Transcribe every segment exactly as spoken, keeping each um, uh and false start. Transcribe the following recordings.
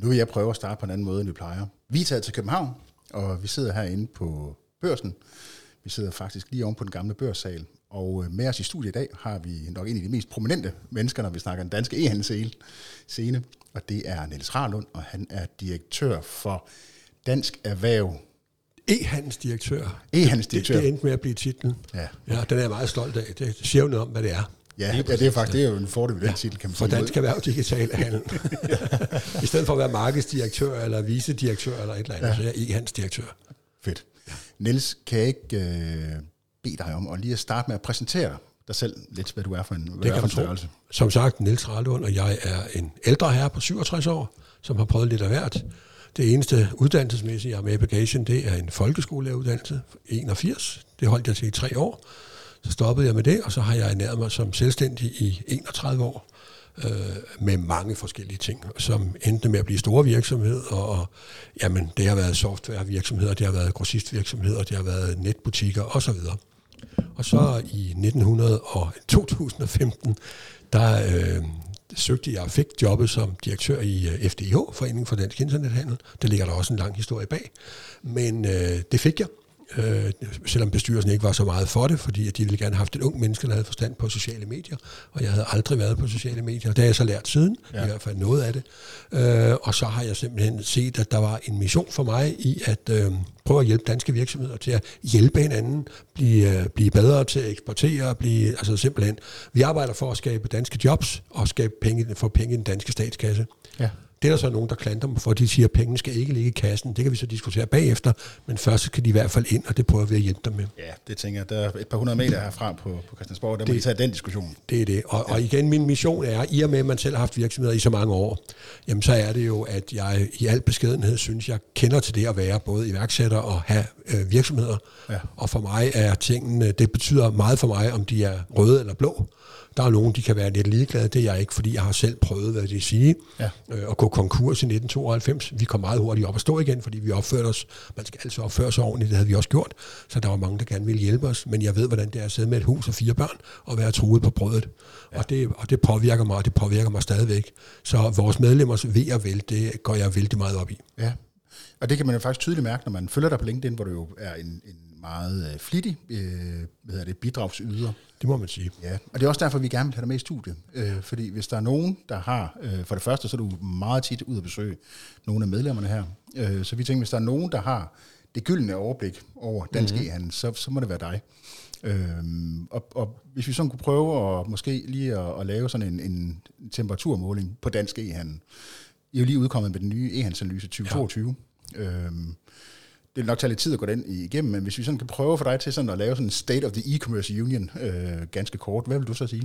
nu vil jeg prøve at starte på en anden måde, end vi plejer. Vi er taget til København, og vi sidder herinde på Børsen. Vi sidder faktisk lige oven på den gamle børssal. Og med os i studiet i dag har vi nok en af de mest prominente mennesker, når vi snakker den danske e-handelsscene. Og det er Niels Rarlund, og han er direktør for Dansk Erhverv. E-handelsdirektør. E-handelsdirektør. Det, det endte med at blive titlen. Ja. Ja, den er jeg meget stolt af. Det siger jo noget om, hvad det er. Ja, ja, det er faktisk det er jo en fordel ved den ja, titel, kan man sige. For Dansk Erhverv Digital Handel. I stedet for at være markedsdirektør eller vicedirektør eller et eller andet, ja. Så er jeg e-handelsdirektør. Fedt. Niels, kan jeg ikke øh, bede dig om at lige at starte med at præsentere dig selv lidt, hvad du er for en, det kan for en størrelse? Som sagt, Niels Rarlund, og jeg er en ældre herre på syvogtres år, som har prøvet lidt af hvert. Det eneste uddannelsesmæssige, jeg har med i bagagen, det er en folkeskolelæreruddannelse, enogfirs. Det holdt jeg til i tre år. Så stoppede jeg med det, og så har jeg ernæret mig som selvstændig i enogtredive år, øh, med mange forskellige ting, som endte med at blive store virksomheder, og, og jamen, det har været softwarevirksomheder, det har været grossistvirksomheder, det har været netbutikker osv. Og så i nitten hundrede og to tusind og femten, der øh, søgte jeg og fik jobbet som direktør i øh, F D I H, Foreningen for Dansk Internethandel. Der ligger der også en lang historie bag, men øh, det fik jeg. Øh, selvom bestyrelsen ikke var så meget for det, fordi de ville gerne have haft et ung menneske, der havde forstand på sociale medier, og jeg havde aldrig været på sociale medier. Det har jeg så lært siden, ja. I hvert fald noget af det. Øh, og så har jeg simpelthen set, at der var en mission for mig i at øh, prøve at hjælpe danske virksomheder til at hjælpe hinanden, blive, øh, blive bedre til at eksportere, blive, altså simpelthen, vi arbejder for at skabe danske jobs og skabe penge, få penge i den danske statskasse. Ja. Det er der så nogen, der klandrer mig for, de siger, at pengene skal ikke ligge i kassen. Det kan vi så diskutere bagefter, men først skal de i hvert fald ind, og det prøver vi at hjælpe dem med. Ja, det tænker jeg. Der er et par hundrede meter herfra på, på Christiansborg, der må vi tage den diskussion. Det er det. Og, ja. og igen, min mission er, i og med, at man selv har haft virksomheder i så mange år, jamen så er det jo, at jeg i al beskedenhed synes, jeg kender til det at være både iværksætter og have øh, virksomheder. Ja. Og for mig er tingene, det betyder meget for mig, om de er røde eller blå. Der er nogen, de kan være lidt ligeglade, det er jeg ikke, fordi jeg har selv prøvet, hvad det siger, ja. øh, at gå konkurs i nitten tooghalvfems. Vi kom meget hurtigt op og stå igen, fordi vi opførte os, man skal altid opføre sig ordentligt, det havde vi også gjort, så der var mange, der gerne ville hjælpe os, men jeg ved, hvordan det er at sidde med et hus og fire børn og være truet på brødet, ja. og, det, og det påvirker mig, og det påvirker mig stadigvæk. Så vores medlemmers ved og vel, det går jeg vældig meget op i. Ja, og det kan man jo faktisk tydeligt mærke, når man følger dig på LinkedIn, hvor du jo er en, en meget øh, flittig øh, hvad hedder det, bidragsyder. Det må man sige. Ja, og det er også derfor, vi gerne vil have dig med i studiet. Øh, fordi hvis der er nogen, der har, øh, for det første, så er du meget tit ud at besøge nogle af medlemmerne her. Øh, så vi tænker, hvis der er nogen, der har det gyldne overblik over dansk mm-hmm. e-handel, så, så må det være dig. Øh, og, og hvis vi sådan kunne prøve at måske lige at, at lave sådan en, en temperaturmåling på dansk e-handel. I er jo lige udkommet med den nye e-handelsanalyse tyve toogtyve. Ja. Øh, Det vil nok tage lidt tid at gå den igennem, men hvis vi sådan kan prøve for dig til sådan at lave sådan en State of the E-commerce Union øh, ganske kort, hvad vil du så sige?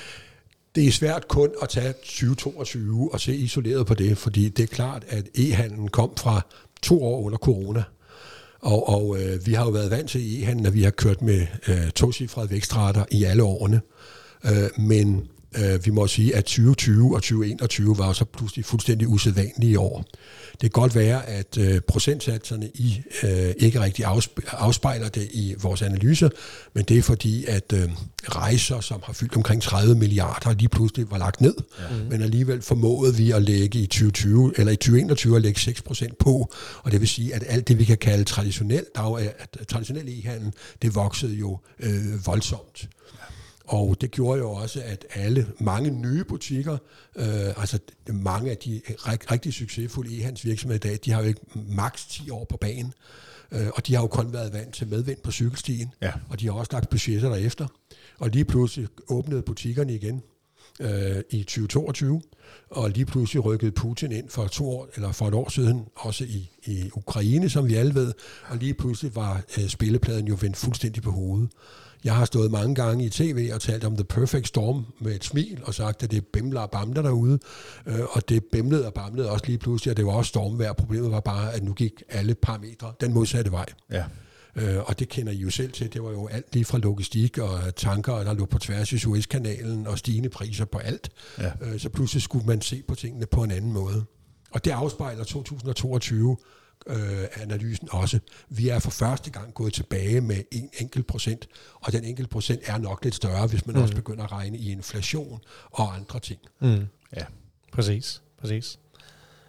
Det er svært kun at tage tyve toogtyve og se isoleret på det, fordi det er klart, at e-handlen kom fra to år under corona, og, og øh, vi har jo været vant til e-handlen, at vi har kørt med øh, tocifrede vækstrater i alle årene, øh, men øh, vi må sige, at tyve tyve og tyve enogtyve var så pludselig fuldstændig usædvanlige år. Det kan godt være, at øh, procentsatserne i øh, ikke rigtig afspejler det i vores analyser, men det er fordi, at øh, rejser, som har fyldt omkring tredive milliarder, lige pludselig var lagt ned, ja. Men alligevel formåede vi at lægge i tyve tyve eller i tyve enogtyve at lægge seks procent på, og det vil sige, at alt det, vi kan kalde traditionel, traditionel e-handel, det voksede jo øh, voldsomt. Og det gjorde jo også, at alle, mange nye butikker, øh, altså mange af de rig, rigtig succesfulde e-handelsvirksomheder i dag, de har jo ikke maks ti år på banen, øh, og de har jo kun været vant til medvind på cykelstien, ja. Og de har også lagt budgetter derefter. Og lige pludselig åbnede butikkerne igen øh, i tyve toogtyve, og lige pludselig rykkede Putin ind for to år, eller for et år siden, også i, i Ukraine, som vi alle ved, og lige pludselig var øh, spillepladen jo vendt fuldstændig på hovedet. Jeg har stået mange gange i tv og talt om The Perfect Storm med et smil og sagt, at det bimler og bamler derude. Og det bimlede og bamlede også lige pludselig, og det var også stormvejr. Problemet var bare, at nu gik alle parametre den modsatte vej. Ja. Og det kender I jo selv til. Det var jo alt lige fra logistik og tanker, der lå på tværs i Suezkanalen og stigende priser på alt. Ja. Så pludselig skulle man se på tingene på en anden måde. Og det afspejler to tusind toogtyve Øh, analysen også. Vi er for første gang gået tilbage med en enkelt procent, og den enkelt procent er nok lidt større, hvis man mm. også begynder at regne i inflation og andre ting. Mm. Ja, præcis. præcis.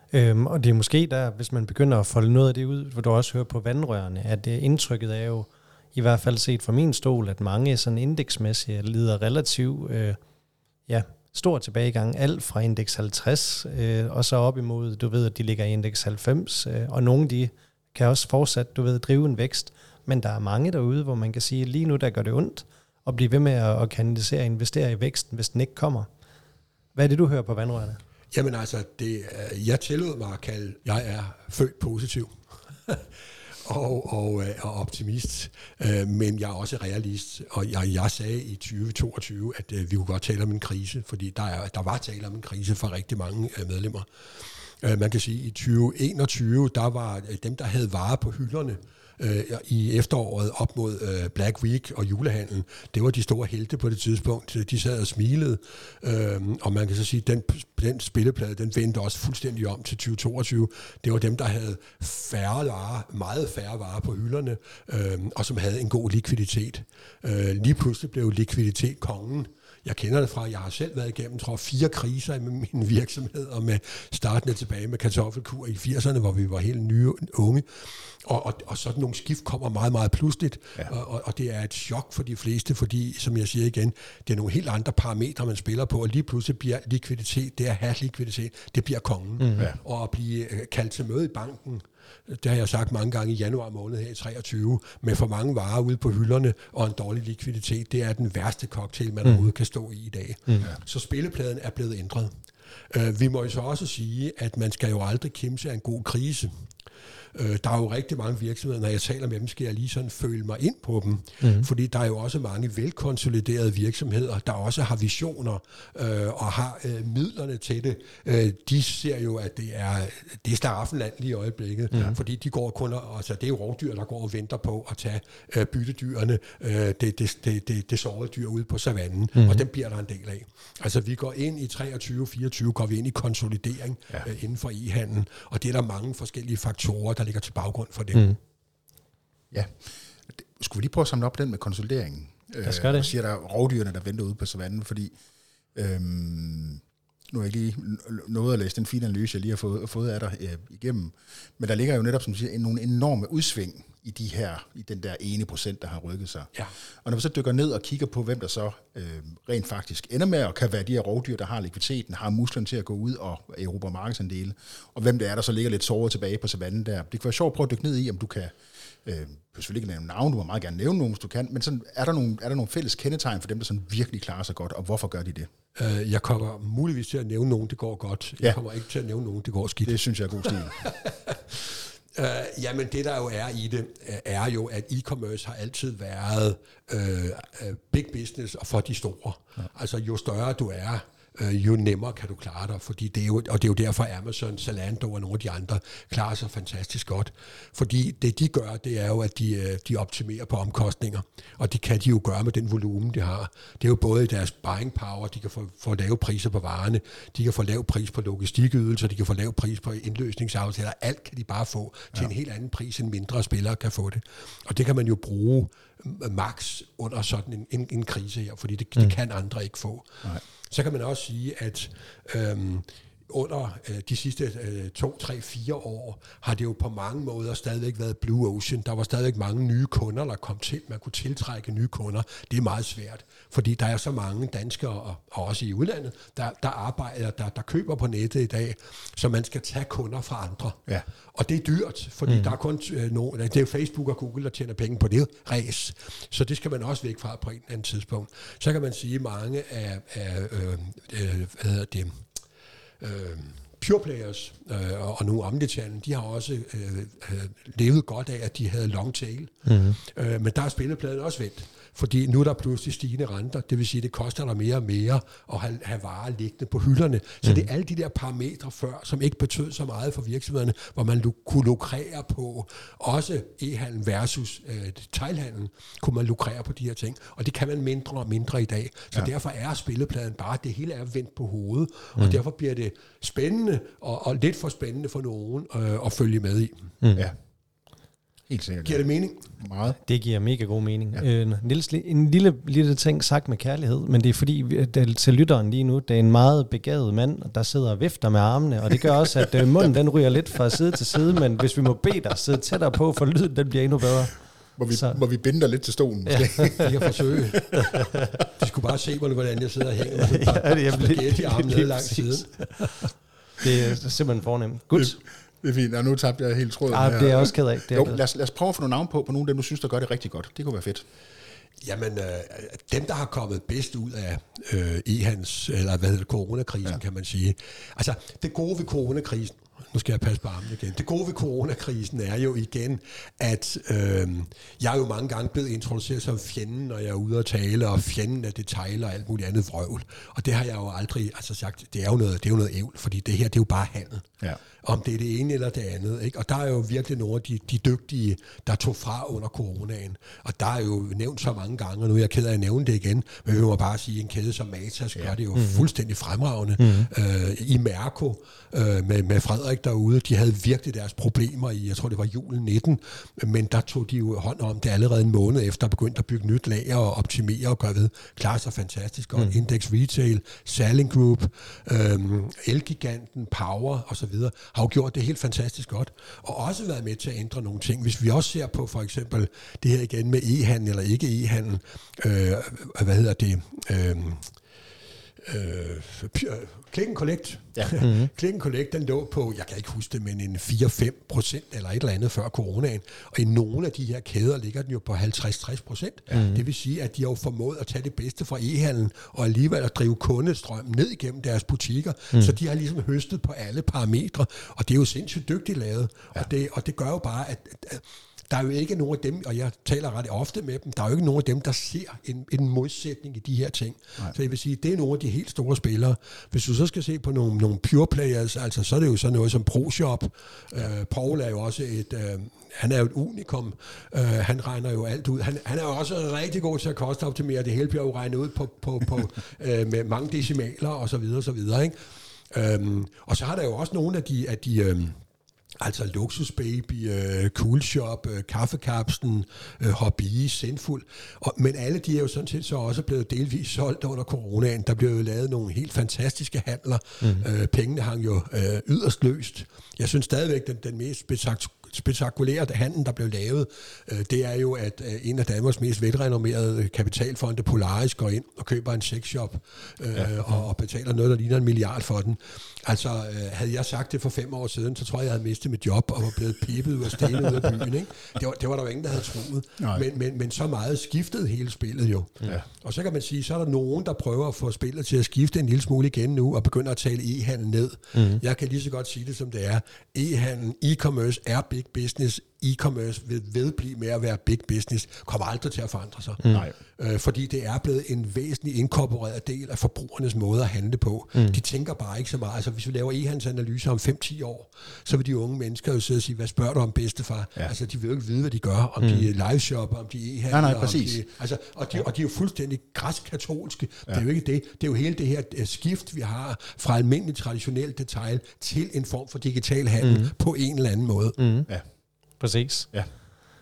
Øhm, og det er måske der, hvis man begynder at folde noget af det ud, hvor du også hører på vandrørene, at det indtrykket er jo, i hvert fald set fra min stol, at mange sådan indeksmæssigt lider relativt øh, ja, stor tilbagegang. Alt fra indeks halvtreds, øh, og så op imod, du ved, at de ligger i indeks halvfems, øh, og nogle de kan også fortsat, du ved, drive en vækst. Men der er mange derude, hvor man kan sige, at lige nu der gør det ondt, og blive ved med at, at kanalisere og investere i væksten, hvis den ikke kommer. Hvad er det, du hører på vandrørene? Jamen altså, det, jeg tillod mig at kalde, jeg er født positiv og, og, og optimist, men jeg er også realist, og jeg, jeg sagde i tyve toogtyve, at vi kunne godt tale om en krise, fordi der, er, der var tale om en krise for rigtig mange medlemmer. Man kan sige, at i tyve enogtyve, der var dem, der havde varer på hylderne, i efteråret op mod Black Week og julehandlen, det var de store helte på det tidspunkt. De sad og smilede, og man kan så sige, at den, den spilleplade, den vendte også fuldstændig om til tyve toogtyve. Det var dem, der havde færre varer, meget færre varer på hylderne, og som havde en god likviditet. Lige pludselig blev likviditet kongen. Jeg kender det fra, jeg har selv været igennem, tror jeg, fire kriser med min virksomhed, og med startende tilbage med kartoffelkur i firserne, hvor vi var helt nye unge. Og, og, og sådan nogle skift kommer meget, meget pludseligt, ja. og, og det er et chok for de fleste, fordi, som jeg siger igen, det er nogle helt andre parametre, man spiller på, og lige pludselig bliver likviditet, det at have likviditet, det bliver kongen. Mm-hmm. Og at blive kaldt til møde i banken, det har jeg sagt mange gange i januar måned her i treogtyve, med for mange varer ude på hylderne og en dårlig likviditet, det er den værste cocktail, man mm. overhovedet kan stå i i dag. Mm. Så spillepladen er blevet ændret. Uh, vi må jo så også sige, at man skal jo aldrig kimse af en god krise. Uh, der er jo rigtig mange virksomheder, når jeg taler med dem, skal jeg lige sådan føle mig ind på dem, mm. fordi der er jo også mange velkonsoliderede virksomheder, der også har visioner uh, og har uh, midlerne til det. Uh, de ser jo, at det er, det er slaraffenland lige i øjeblikket, mm. fordi de går kun, altså det er jo rovdyr, der går og venter på at tage uh, byttedyrene, uh, det, det, det, det, det sårede dyr ude på savannen, mm. og dem bliver der en del af. Altså vi går ind i treogtyve fireogtyve, går vi ind i konsolidering ja. uh, inden for e-handel, og det er der mange forskellige faktorer, der ligger til baggrund for det. Mm. Ja. Skulle vi lige prøve at samle op den med konsolideringen? Jeg skal øh, det. Og siger der rovdyrene, der venter ude på savannen, fordi øhm, nu har jeg lige nået at læse den fine analyse, jeg lige har fået, fået af dig øh, igennem, men der ligger jo netop, som du siger, nogle enorme udsving i de her, i den der ene procent, der har rykket sig. Ja. Og når vi så dykker ned og kigger på, hvem der så øh, rent faktisk ender med, og kan være de her rovdyr, der har likviditeten, har musklerne til at gå ud og erobre markedsandele, og hvem det er, der så ligger lidt såret tilbage på savannen der. Det kan være sjovt at prøve at dykke ned i, om du kan, øh, selvfølgelig ikke nævne navn, du må meget gerne nævne nogen, hvis du kan, men sådan, er, der nogle, er der nogle fælles kendetegn for dem, der sådan virkelig klarer sig godt, og hvorfor gør de det? Uh, jeg kommer muligvis til at nævne nogen, det går godt. Jeg ja. kommer ikke til at nævne nogen, det går skidt. Det synes jeg er god stil. Uh, jamen det der jo er i det, er jo, at e-commerce har altid været uh, big business for de store. Ja. Altså jo større du er, jo nemmere kan du klare dig, fordi det er jo, og det er jo derfor Amazon, Zalando og nogle af de andre klarer sig fantastisk godt. Fordi det de gør, det er jo, at de, de optimerer på omkostninger, og det kan de jo gøre med den volumen, de har. Det er jo både i deres buying power, de kan få, få lave priser på varerne, de kan få lav pris på logistikydelser, de kan få lav pris på indløsningsaftaler, alt kan de bare få til ja. en helt anden pris, end mindre spillere kan få det. Og det kan man jo bruge max under sådan en, en, en krise her, fordi det, mm. det kan andre ikke få. Nej. Så kan man også sige, at øhm, under øh, de sidste øh, to, tre, fire år har det jo på mange måder stadigvæk været Blue Ocean. Der var stadigvæk mange nye kunder, der kom til. Man kunne tiltrække nye kunder. Det er meget svært, fordi der er så mange danskere, og, og også i udlandet, der, der arbejder, der, der køber på nettet i dag, så man skal tage kunder fra andre. Ja. Og det er dyrt, fordi mm. der er kun øh, nogen, det er Facebook og Google, der tjener penge på det ræs. Så det skal man også væk fra på et eller andet tidspunkt. Så kan man sige, at mange af, af øh, øh, hvad hedder det, Uh, pure players uh, og nogle omnichannel, de har også uh, uh, levet godt af, at de havde long tail. Mm-hmm. Uh, men der er spillepladen også vendt, fordi nu er der pludselig stigende renter, det vil sige, at det koster der mere og mere at have, have varer liggende på hylderne. Så mm. det er alle de der parametre før, som ikke betød så meget for virksomhederne, hvor man lu- kunne lukrere på, også e-handel versus uh, detailhandel, kunne man lukrere på de her ting, og det kan man mindre og mindre i dag. Så ja. derfor er spillepladen bare, det hele er vendt på hovedet, mm. og derfor bliver det spændende, og, og lidt for spændende for nogen øh, at følge med i. Mm. Ja. Helt sikkert. Giver det mening? Meget. Det giver mega god mening. Ja. Øh, Niels, en lille, lille ting sagt med kærlighed, men det er fordi, at til lytteren lige nu, det er en meget begavet mand, der sidder og vifter med armene, og det gør også, at munden den ryger lidt fra side til side, men hvis vi må bede dig sidde tættere på, for lyden den bliver endnu bedre. Må vi, må vi binde dig lidt til stolen? Ja, jeg kan forsøge. De skulle bare se, hvordan jeg sidder og hænger med ja, det er spaghetti armen nede langs siden. Det er simpelthen fornemt. Godt. Det, det er fint, og nu tabte jeg helt tråden. Ah, det er jeg også ked af. Det er jo, lad, os, lad os prøve at få nogle navn på, på nogle af dem, du synes, der gør det rigtig godt. Det kunne være fedt. Jamen, øh, dem, der har kommet bedst ud af øh, e-handels, eller hvad hedder det, coronakrisen, ja. kan man sige. Altså, det gode ved coronakrisen, nu skal jeg passe på armen igen. Det gode ved coronakrisen er jo igen, at øh, jeg er jo mange gange blevet introduceret som fjenden, når jeg er ude og tale, og fjenden af detaljer og alt muligt andet vrøvl. Og det har jeg jo aldrig altså sagt, det er jo noget, det er jo noget ævl, fordi det her, det er jo bare handel. Ja. Om det er det ene eller det andet. Ikke? Og der er jo virkelig nogle af de, de dygtige, der tog fra under coronaen. Og der er jo nævnt så mange gange, og nu er jeg ked af at nævne det igen, men vi må bare sige, at en kæde som Matas gør det jo mm-hmm. fuldstændig fremragende. Mm-hmm. Øh, I Mærko øh, med, med Frederik derude, de havde virkelig deres problemer i, jeg tror det var julen nitten, men der tog de jo hånd om det allerede en måned efter at begynde at bygge nyt lager og optimere og gøre ved. Klarer sig fantastisk godt. Mm. Index Retail, Salling Group, øh, Elgiganten, Power osv. har jo gjort det helt fantastisk godt, og også været med til at ændre nogle ting. Hvis vi også ser på for eksempel det her igen med e-handel eller ikke e-handel, øh, hvad hedder det, øh, øh, Click and Collect. Ja. Mm-hmm. Click and Collect, den lå på, jeg kan ikke huske det, men en fire til fem procent eller et eller andet før coronaen, og i nogle af de her kæder ligger den jo på halvtreds til tres procent. Mm-hmm. Det vil sige, at de har jo formået at tage det bedste fra e-handlen, og alligevel at drive kundestrømmen ned igennem deres butikker, mm. så de har ligesom høstet på alle parametre, og det er jo sindssygt dygtigt lavet, ja. og, det, og det gør jo bare, at, at der er jo ikke nogen af dem, og jeg taler ret ofte med dem, der er jo ikke nogen af dem, der ser en, en modsætning i de her ting. Nej. Så jeg vil sige, det er nogle af de helt store spillere. Hvis du så skal se på nogle, nogle pure players, altså så er det jo sådan noget som ProShop. Ja. Uh, Paul er jo også et, uh, han er jo et unikum. Uh, han regner jo alt ud. Han, han er jo også rigtig god til at kostoptimere. Det hele bliver jo regnet ud på, på, på, uh, med mange decimaler og så videre og så videre. Ikke? Um, og så har der jo også nogle af de, af de um, altså Luxus Baby, uh, Cool Shop, uh, Kaffekapslen, uh, Hobby, Sindfuld. Og, men alle de er jo sådan set så også blevet delvis solgt under coronaen. Der blev jo lavet nogle helt fantastiske handler. Mm. Uh, pengene hang jo uh, yderst løst. Jeg synes stadigvæk, den, den mest spektakulære spektakulære handel, der blev lavet, øh, det er jo, at øh, en af Danmarks mest velrenommerede kapitalfonde, Polaris, går ind og køber en sexshop øh, ja. og, og betaler noget, der ligner en milliard for den. Altså, øh, havde jeg sagt det for fem år siden, så tror jeg, jeg havde mistet mit job og var blevet pippet ud af stenet ud af byen. Ikke? Det, var, det var der jo ingen, der havde troet. Men, men, men så meget skiftede hele spillet jo. Ja. Og så kan man sige, så er der nogen, der prøver at få spillet til at skifte en lille smule igen nu, og begynder at tale e-handel ned. Mm. Jeg kan lige så godt sige det, som det er. E-handel, e-commerce er big business. E-commerce vil vedblive med at være big business, kommer aldrig til at forandre sig. Mm. Øh, fordi det er blevet en væsentlig inkorporeret del af forbrugernes måde at handle på. Mm. De tænker bare ikke så meget. Altså hvis vi laver e-handelsanalyser om fem til ti år, så vil de unge mennesker jo sidde og sige, hvad spørger du om bedstefar? Ja. Altså de vil jo ikke vide, hvad de gør, om mm. de er liveshopper, om de er e-handler. Nej, nej, præcis. De, altså, og, de, og de er jo fuldstændig græsk-katolske. Ja. Det er jo ikke det. Det er jo hele det her skift, vi har fra almindelig traditionel detail til en form for digital handel mm. på en eller anden måde. Mm. Ja. Præcis. Ja.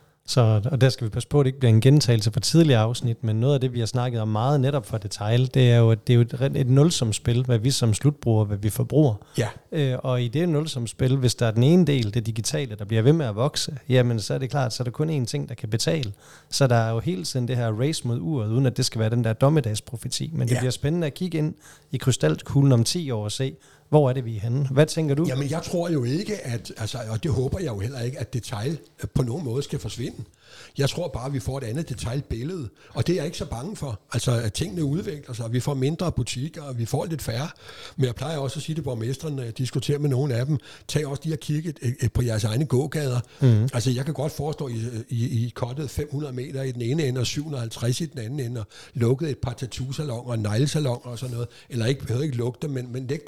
Så, og der skal vi passe på, at det ikke bliver en gentagelse fra tidligere afsnit, men noget af det, vi har snakket om meget netop for detail, det er jo, det er jo et, et nulsumsspil, hvad vi som slutbruger, hvad vi forbruger. Ja. Øh, og i det nulsumsspil, hvis der er den ene del, det digitale, der bliver ved med at vokse, jamen så er det klart, så er der kun én ting, der kan betale. Så der er jo hele tiden det her race mod uret, uden at det skal være den der dommedagsprofeti. Men det ja. bliver spændende at kigge ind i krystalkuglen om ti år og se, hvor er det, vi er henne? Hvad tænker du? Jamen, jeg tror jo ikke, at, altså, og det håber jeg jo heller ikke, at detail på nogen måde skal forsvinde. Jeg tror bare, at vi får et andet detailbillede, og det er jeg ikke så bange for. Altså, at tingene udvikler sig, vi får mindre butikker, og vi får lidt færre. Men jeg plejer også at sige til borgmesteren, når jeg diskuterer med nogle af dem, tag også lige og kigge et, et, på jeres egne gågader. Mm. Altså, jeg kan godt forestå, I, I, I kottet fem hundrede meter i den ene ende, og syv hundrede og halvtreds i den anden ende, og lukket et par tattoo-salonger og neglesalonger og sådan noget. Eller ikke, behøver ikke lukke dem, men, men læg dem nu nogle steder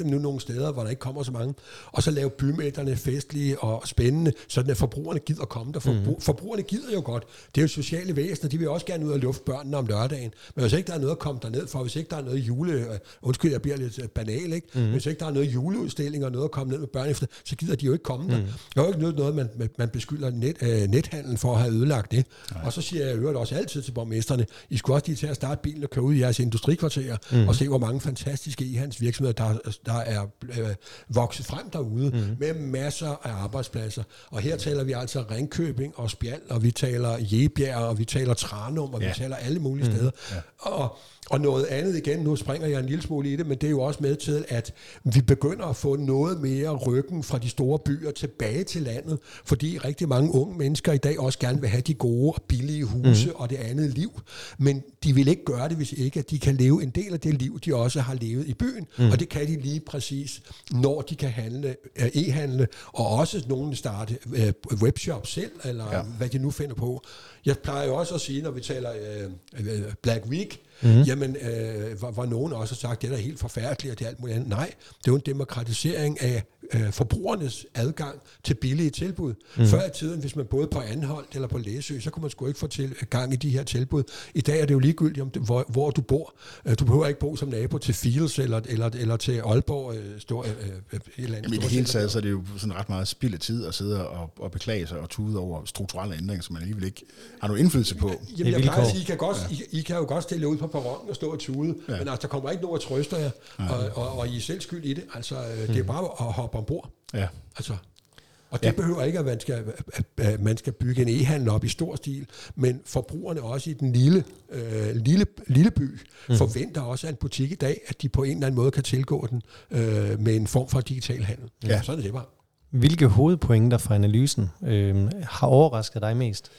steder, hvor der ikke kommer så mange, og så lave bymidterne festlige og spændende, sådan at forbrugerne gider komme der. Forbru- mm. Forbrugerne gider jo godt. Det er jo sociale væsener, de vil også gerne ud og lufte børnene om lørdagen, men hvis ikke der er noget at komme derned for, hvis ikke der er noget jule, undskyld, jeg bliver lidt banal, ikke? Mm. Hvis ikke der er noget juleudstilling og noget at komme ned med børn efter, så gider de jo ikke komme der. Mm. Der er jo ikke noget, noget man, man beskylder net, øh, nethandlen for at have ødelagt det. Nej. Og så siger jeg i øvrigt også altid til borgmesterne, I skulle også lige til at starte bilen og køre ud i jeres industrikvarterer mm. og se, hvor mange fantastiske e-handelsvirksomheder, der, der er øh, vokset frem derude mm. med masser af arbejdspladser. Og her taler vi altså Ringkøbing og Spjald, og vi taler Jebjerg, og vi taler Tranum, og ja. vi taler alle mulige mm. steder. Ja. Og Og noget andet igen, nu springer jeg en lille smule i det, men det er jo også med til, at vi begynder at få noget mere ryggen fra de store byer tilbage til landet, fordi rigtig mange unge mennesker i dag også gerne vil have de gode og billige huse mm. og det andet liv, men de vil ikke gøre det, hvis ikke at de kan leve en del af det liv, de også har levet i byen, mm. og det kan de lige præcis, når de kan handle, e-handle, og også nogen starte webshop selv, eller ja. hvad de nu finder på. Jeg plejer jo også at sige, når vi taler øh, Black Week, mm-hmm. jamen, øh, hvor, hvor nogen også har sagt, det er da helt forfærdeligt, og det er alt muligt andet. Nej, det er jo en demokratisering af øh, forbrugernes adgang til billige tilbud. Mm. Før i tiden, hvis man både på Anholt eller på Læsø, så kunne man sgu ikke få til gang i de her tilbud. I dag er det jo ligegyldigt, om det, hvor, hvor du bor. Du behøver ikke bo som nabo til Fields eller, eller, eller til Aalborg. Øh, stor, øh, et eller andet. Jamen, i det hele taget, så er det jo sådan ret meget spild af tid at sidde og, og beklage sig og tude over strukturelle ændringer, som man alligevel ikke har nogen indflydelse på. Jamen, jeg plejer at sige, I kan, godt, ja. I, I kan jo godt stille ud på perronen og stå og tude, ja. men altså, der kommer ikke nogen at trøste jer, og, og, og I er selv skyld i det. Altså, det er bare at hoppe ombord. Ja. Altså, og det ja. behøver ikke, at man skal, at man skal bygge en e-handel op i stor stil, men forbrugerne også i den lille, øh, lille, lille by mm. forventer også af en butik i dag, at de på en eller anden måde kan tilgå den øh, med en form for digital handel. Ja. Sådan er det bare. Hvilke hovedpointer fra analysen øh, har overrasket dig mest?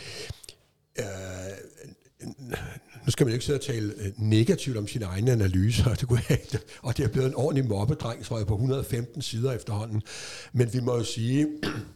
Øh, nu skal man ikke sidde og tale negativt om sine egne analyser, det kunne jeg ikke, og det er blevet en ordentlig mobbedreng, tror jeg, på et hundrede og femten sider efterhånden. Men vi må jo sige,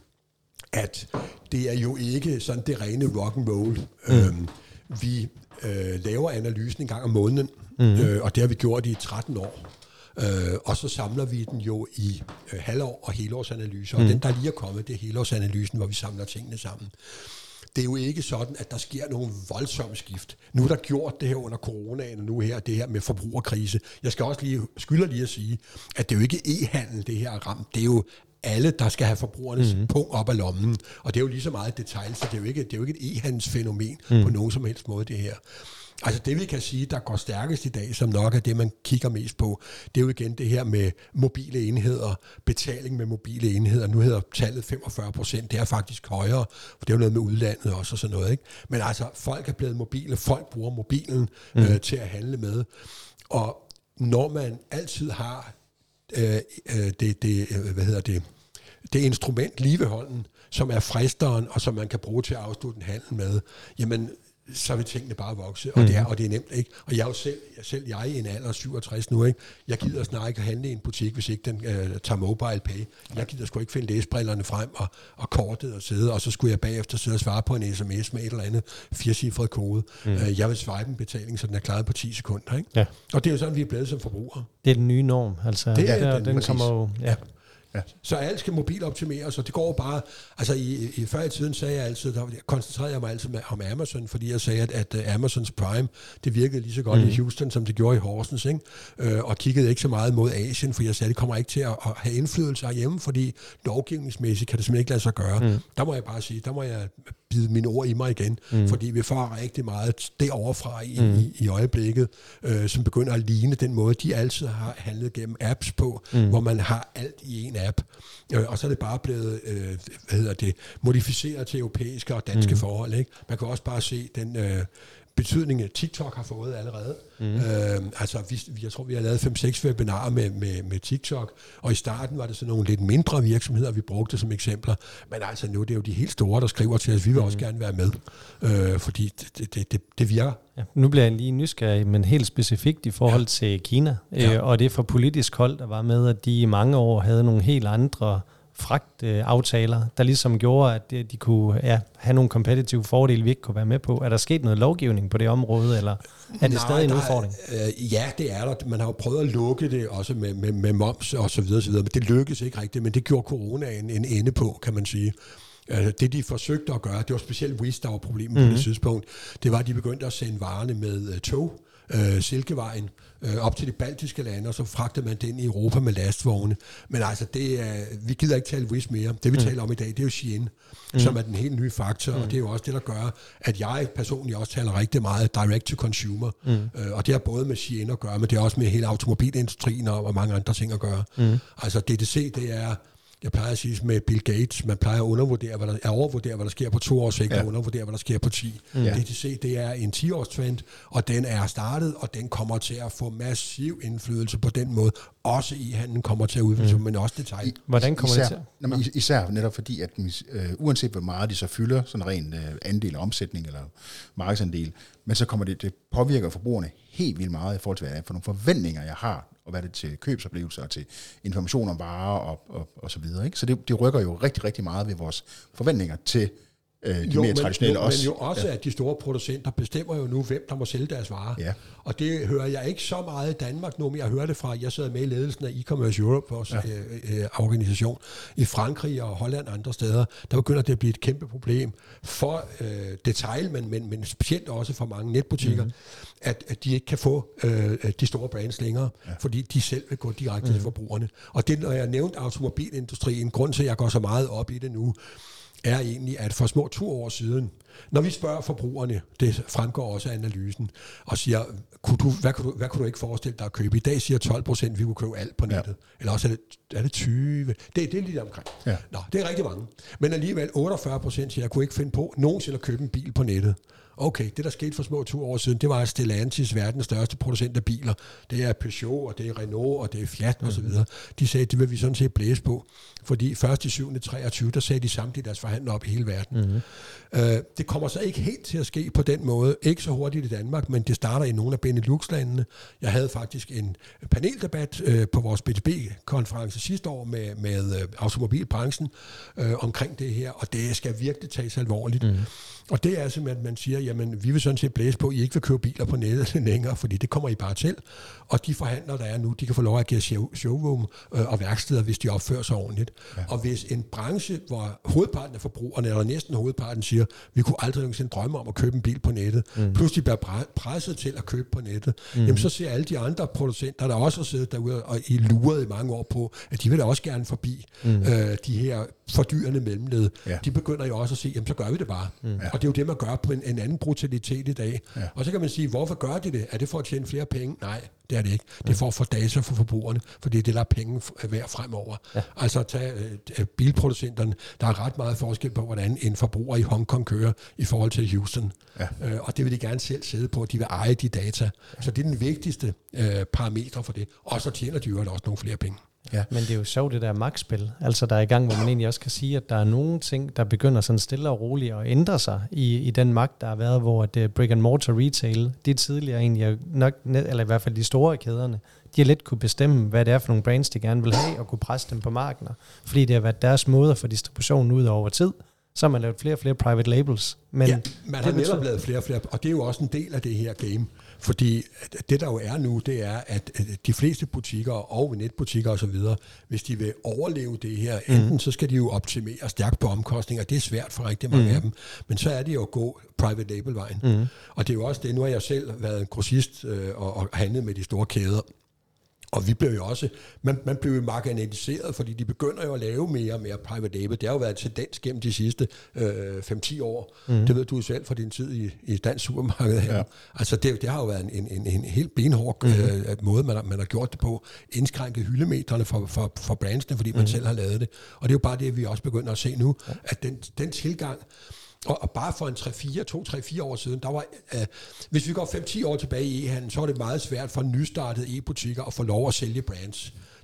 at det er jo ikke sådan det rene rock'n'roll. Mm. Øhm, vi øh, laver analysen en gang om måneden, mm. øh, og det har vi gjort i tretten år. Øh, og så samler vi den jo i øh, halvår- og helårsanalyser, mm. og den, der lige er kommet, det er helårsanalysen, hvor vi samler tingene sammen. Det er jo ikke sådan, at der sker nogen voldsomme skift. Nu er der gjort det her under coronaen, og nu her det her med forbrugerkrise. Jeg skal også lige, skylder lige at sige, at det er jo ikke e-handel, det her er ramt. Det er jo alle, der skal have forbrugernes mm-hmm. punkt op af lommen. Og det er jo lige så meget detaljer, så det er jo ikke, det er jo ikke et e-handelsfænomen mm. på nogen som helst måde, det her. Altså det, vi kan sige, der går stærkest i dag, som nok er det, man kigger mest på, det er jo igen det her med mobile enheder, betaling med mobile enheder. Nu hedder tallet femogfyrre procent, det er faktisk højere, for det er jo noget med udlandet også og sådan noget, ikke? Men altså, folk er blevet mobile, folk bruger mobilen mm. øh, til at handle med. Og når man altid har øh, det, det, hvad hedder det, det instrument lige ved hånden, som er fristeren, og som man kan bruge til at afslutte en handel med, jamen, så vil tingene bare vokse, og, mm. det er, og det er nemt, ikke? Og jeg er jo selv, selv jeg er i en alder af syvogtres nu, ikke? Jeg gider snart ikke at handle i en butik, hvis ikke den øh, tager mobile pay. Jeg gider sgu ikke finde læsebrillerne frem og, og kortet og sidde, og så skulle jeg bagefter sidde og svare på en sms med et eller andet firecifret kode. Mm. Øh, jeg vil swipe en betaling, så den er klaret på ti sekunder, ikke? Ja. Og det er jo sådan, vi er blevet som forbrugere. Det er den nye norm, altså. Det er der, den, den kommer jo... Ja. Ja. Så alt skal mobiloptimeres, og det går bare, altså i, i før i tiden sagde jeg altid, der koncentrerede jeg mig altid med, om Amazon, fordi jeg sagde, at, at Amazons Prime, det virkede lige så godt mm. i Houston, som det gjorde i Horsens, ikke? Øh, og kiggede ikke så meget mod Asien, for jeg sagde, at det kommer ikke til at, at have indflydelse herhjemme, fordi lovgivningsmæssigt kan det simpelthen ikke lade sig gøre. Mm. Der må jeg bare sige, der må jeg bide mine ord i mig igen, mm. fordi vi får rigtig meget deroverfra i, mm. i, i øjeblikket, øh, som begynder at ligne den måde, de altid har handlet gennem apps på, mm. hvor man har alt i en app, øh, og så er det bare blevet øh, hvad hedder det, modificeret til europæiske og danske mm. forhold, ikke? Man kan også bare se den øh, betydning, TikTok har fået allerede. Mm. Øh, altså, vi, jeg tror, vi har lavet fem seks webinarer med, med, med TikTok, og i starten var det sådan nogle lidt mindre virksomheder, vi brugte som eksempler, men altså nu det er jo de helt store, der skriver til os, vi vil mm. også gerne være med, øh, fordi det, det, det, det virker. Ja, nu bliver jeg lige nysgerrig, men helt specifikt i forhold ja. til Kina, ja. øh, og det fra politisk hold, der var med, at de i mange år havde nogle helt andre fragtaftaler, der ligesom gjorde, at de kunne ja, have nogle kompetitive fordele, vi ikke kunne være med på. Er der sket noget lovgivning på det område, eller er det Nej, stadig en der udfordring? Er, øh, ja, det er der. Man har jo prøvet at lukke det også med, med, med moms og så videre, så videre, men det lykkedes ikke rigtigt, men det gjorde coronaen en ende på, kan man sige. Det, de forsøgte at gøre, det var specielt Wizz, der var problemet mm-hmm. på det tidspunkt, det var, at de begyndte at sende varerne med uh, tog, uh, Silkevejen, uh, op til de baltiske lande, og så fragtede man den i Europa med lastvogne. Men altså, det er, vi gider ikke tale Wizz mere. Det vi mm. taler om i dag, det er jo Shein, mm. som er den helt nye faktor, mm. og det er jo også det, der gør, at jeg personligt også taler rigtig meget direct to consumer, mm. uh, og det har både med Shein at gøre, men det er også med hele automobilindustrien og, og mange andre ting at gøre. Mm. Altså, D T C, det er... Jeg plejer at sige med Bill Gates, man plejer at undervurdere, hvad der, at overvurdere, hvad der sker på to års sigt, ja. og undervurdere, hvad der sker på ti. Mm. D T C, det er en ti-års trend, og den er startet, og den kommer til at få massiv indflydelse på den måde. Også i handlen kommer til at udvikle, mm. men også detail. Hvordan kommer især, det til? Jamen, især netop fordi, at øh, uanset hvor meget de så fylder, sådan en ren øh, andel af omsætning eller markedsandel, men så kommer det, det påvirker forbrugerne helt vildt meget i forhold til, hvad det er for nogle forventninger, jeg har, og hvad det er til købsoplevelser, og til information om varer og, og, og så videre. Ikke? Så det, det rykker jo rigtig, rigtig meget ved vores forventninger til øh, de jo, mere men, traditionelle jo, også. Men jo også, ja. at de store producenter bestemmer jo nu, hvem der må sælge deres varer. Ja. Og det hører jeg ikke så meget i Danmark nu, men jeg hører det fra, jeg sidder med i ledelsen af e-commerce Europe, vores ja. øh, øh, organisation, i Frankrig og Holland og andre steder. Der begynder det at blive et kæmpe problem for øh, detail, men, men, men specielt også for mange netbutikker, mm-hmm. at, at de ikke kan få øh, de store brands længere, ja. fordi de selv vil gå direkte mm-hmm. til forbrugerne. Og det, når jeg nævnte automobilindustrien, grund til, at jeg går så meget op i det nu, er egentlig, at for små to år siden, når vi spørger forbrugerne, det fremgår også af analysen, og siger, kunne du, hvad, kunne du, hvad kunne du ikke forestille dig at købe? I dag siger tolv procent, vi kunne købe alt på nettet. Ja. Eller også er det, er det tyve? Det, det er lidt omkring. Ja. Nå, det er rigtig mange. Men alligevel otteogfyrre procent siger, jeg kunne ikke finde på nogensinde at købe en bil på nettet. Okay, det der skete for små to år siden, det var, at Stellantis, verdens største producent af biler, det er Peugeot, og det er Renault, og det er Fiat mm-hmm. osv. De sagde, det vil vi sådan set blæse på. Fordi først i syvende treogtyve, der sagde de samtidig deres forhandler op i hele verden. Mm-hmm. Øh, det kommer så ikke helt til at ske på den måde. Ikke så hurtigt i Danmark, men det starter i nogle af Benelux-landene. Jeg havde faktisk en paneldebat øh, på vores B to B-konference sidste år med, med øh, automobilbranchen øh, omkring det her, og det skal virkelig tages alvorligt. Mm-hmm. Og det er simpelthen, at man siger, jamen vi vil sådan set blæse på, at I ikke vil købe biler på nettet længere, fordi det kommer I bare til. Og de forhandlere, der er nu, de kan få lov at give show, showroom øh, og værksteder, hvis de opfører sig ordentligt. Ja. Og hvis en branche, hvor hovedparten af forbrugerne, eller næsten hovedparten, siger, vi kunne aldrig nogensinde drømme om at købe en bil på nettet, mm. pludselig bliver presset til at købe på nettet, mm. jamen så ser alle de andre producenter, der også har siddet derude og i luret i mange år på, at de vil da også gerne forbi mm. øh, de her fordyrende mellemled. Ja. De begynder jo også at sige, jamen så gør vi det bare. Mm. Ja. Og det er jo det, man gør på en, en anden brutalitet i dag. Ja. Og så kan man sige, hvorfor gør de det? Er det for at tjene flere penge? Nej, det er det ikke. Det er for at få data for forbrugerne, fordi det er det, der er penge værd fremover. Ja. Altså tag uh, bilproducenterne. Der er ret meget forskel på, hvordan en forbruger i Hongkong kører i forhold til Houston. Ja. Uh, og det vil de gerne selv sidde på. De vil eje de data. Ja. Så det er den vigtigste uh, parametre for det. Og så tjener de jo også nogle flere penge. Ja. Men det er jo sjovt, det der magtspil, altså der er i gang, hvor man egentlig også kan sige, at der er nogle ting, der begynder sådan stille og roligt at ændre sig i, i den magt, der har været, hvor at brick and mortar retail, det tidligere egentlig nok, eller i hvert fald de store kæderne, de har lidt kunne bestemme, hvad det er for nogle brands, de gerne vil have, og kunne presse dem på markedet, fordi det har været deres måde for distributionen ud over tid. Så har man lavet flere og flere private labels. Men ja, man har netop lavet flere og flere, og det er jo også en del af det her game. Fordi det, der jo er nu, det er, at de fleste butikker og netbutikker osv., hvis de vil overleve det her, enten mm. så skal de jo optimere stærkt på omkostninger, det er svært for rigtig mange mm. af dem, men så er det jo at gå private label-vejen. Mm. Og det er jo også det, nu har jeg selv været en grossist øh, og, og handlet med de store kæder, og vi blev jo også, man, man blev jo marginaliseret, fordi de begynder jo at lave mere og mere private label. Det har jo været en tendens gennem de sidste øh, fem til ti år. Mm. Det ved du selv fra din tid i, i dansk supermarked her. Ja. Altså det, det har jo været en, en, en helt benhård mm. øh, måde, man har, man har gjort det på. Indskrænket hyldemeterne for, for, for brandsene, fordi man mm. selv har lavet det. Og det er jo bare det, vi også begynder at se nu, ja. at den, den tilgang. Og, og bare for en tre fire, to tre fire år siden, der var, øh, hvis vi går fem til ti år tilbage i e-handel, så var det meget svært for nystartede e-butikker at få lov at sælge brands.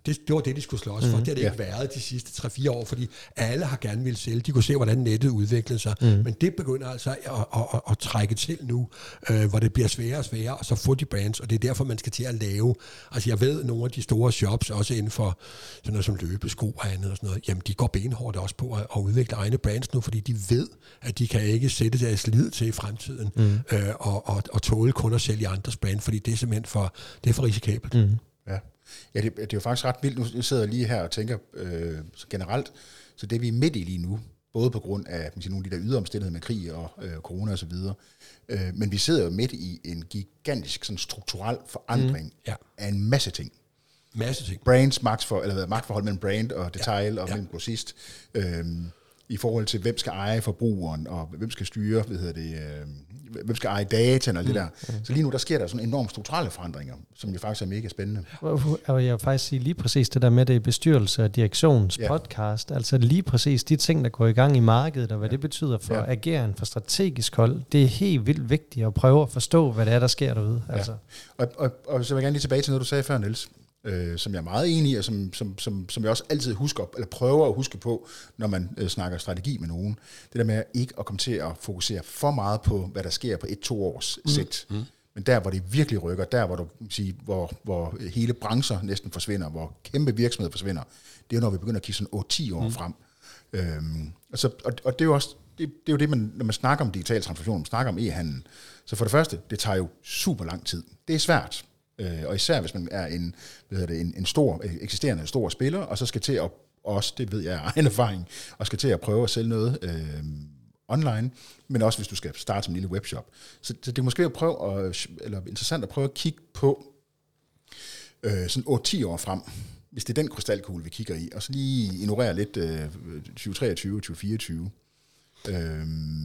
det, det var det, de skulle slås for. Mm. Det har det ikke ja. været de sidste tre fire år, fordi alle har gerne ville sælge. De kunne se, hvordan nettet udviklede sig. Mm. Men det begynder altså at, at, at, at trække til nu, øh, hvor det bliver sværere og sværere, og så få de brands, og det er derfor, man skal til at lave. Altså jeg ved, nogle af de store shops, også inden for sådan noget som løbesko og andet og sådan noget, jamen de går benhårdt også på at, at udvikle egne brands nu, fordi de ved, at de kan ikke sætte deres lid til i fremtiden, mm. øh, og, og, og tåle kun at sælge andres brand, fordi det er simpelthen for, det er for risikabelt. Mm. Ja, ja det, det er jo faktisk ret vildt. Nu sidder jeg lige her og tænker øh, så generelt, så det vi er midt i lige nu, både på grund af man siger, nogle af de der yderomstændigheder med krig og øh, corona og så videre, øh, men vi sidder jo midt i en gigantisk sådan strukturel forandring mm. ja. af en masse ting. Masse ting. Brands, magtfor, eller hvad, magtforhold mellem brand og detail ja. og ja. mellem grossist, øh, i forhold til, hvem skal eje forbrugeren, og hvem skal styre, hvad hedder det, øh, hvem skal eje dataen og mm. det der. Mm. Så lige nu, der sker der sådan enormt strukturelle forandringer, som jo faktisk er mega spændende. Og jeg vil faktisk sige lige præcis det der med det bestyrelse og direktions ja. podcast, altså lige præcis de ting, der går i gang i markedet, og hvad ja. det betyder for ja. ageren, for strategisk hold, det er helt vildt vigtigt at prøve at forstå, hvad det er, der sker derude. Ja. Altså. Og, og, og så vil jeg gerne lige tilbage til noget, du sagde før, Niels. Øh, som jeg er meget enig i, og som, som, som, som jeg også altid husker, eller prøver at huske på, når man øh, snakker strategi med nogen. Det der med ikke at komme til at fokusere for meget på, hvad der sker på et-to års mm. sigt. Mm. Men der, hvor det virkelig rykker, der, hvor, du, sige, hvor, hvor hele brancher næsten forsvinder, hvor kæmpe virksomheder forsvinder, det er jo, når vi begynder at kigge sådan otte-ti år mm. frem. Øhm, altså, og, og det er jo også, det, det er jo det, man, når man snakker om digital transformation, man snakker om e-handel. Så for det første, det tager jo super lang tid. Det er svært. Og især hvis man er en, hvad hedder det, en, en stor, eksisterende stor spiller, og så skal til at, også, det ved jeg af egen erfaring, og skal til at prøve at sælge noget øh, online, men også hvis du skal starte som en lille webshop. Så, så det er måske at prøve at, eller interessant at prøve at kigge på øh, sådan otte-ti år frem, hvis det er den krystalkugle, vi kigger i, og så lige ignorere lidt øh, tyve treogtyve, tyve fireogtyve. Øh,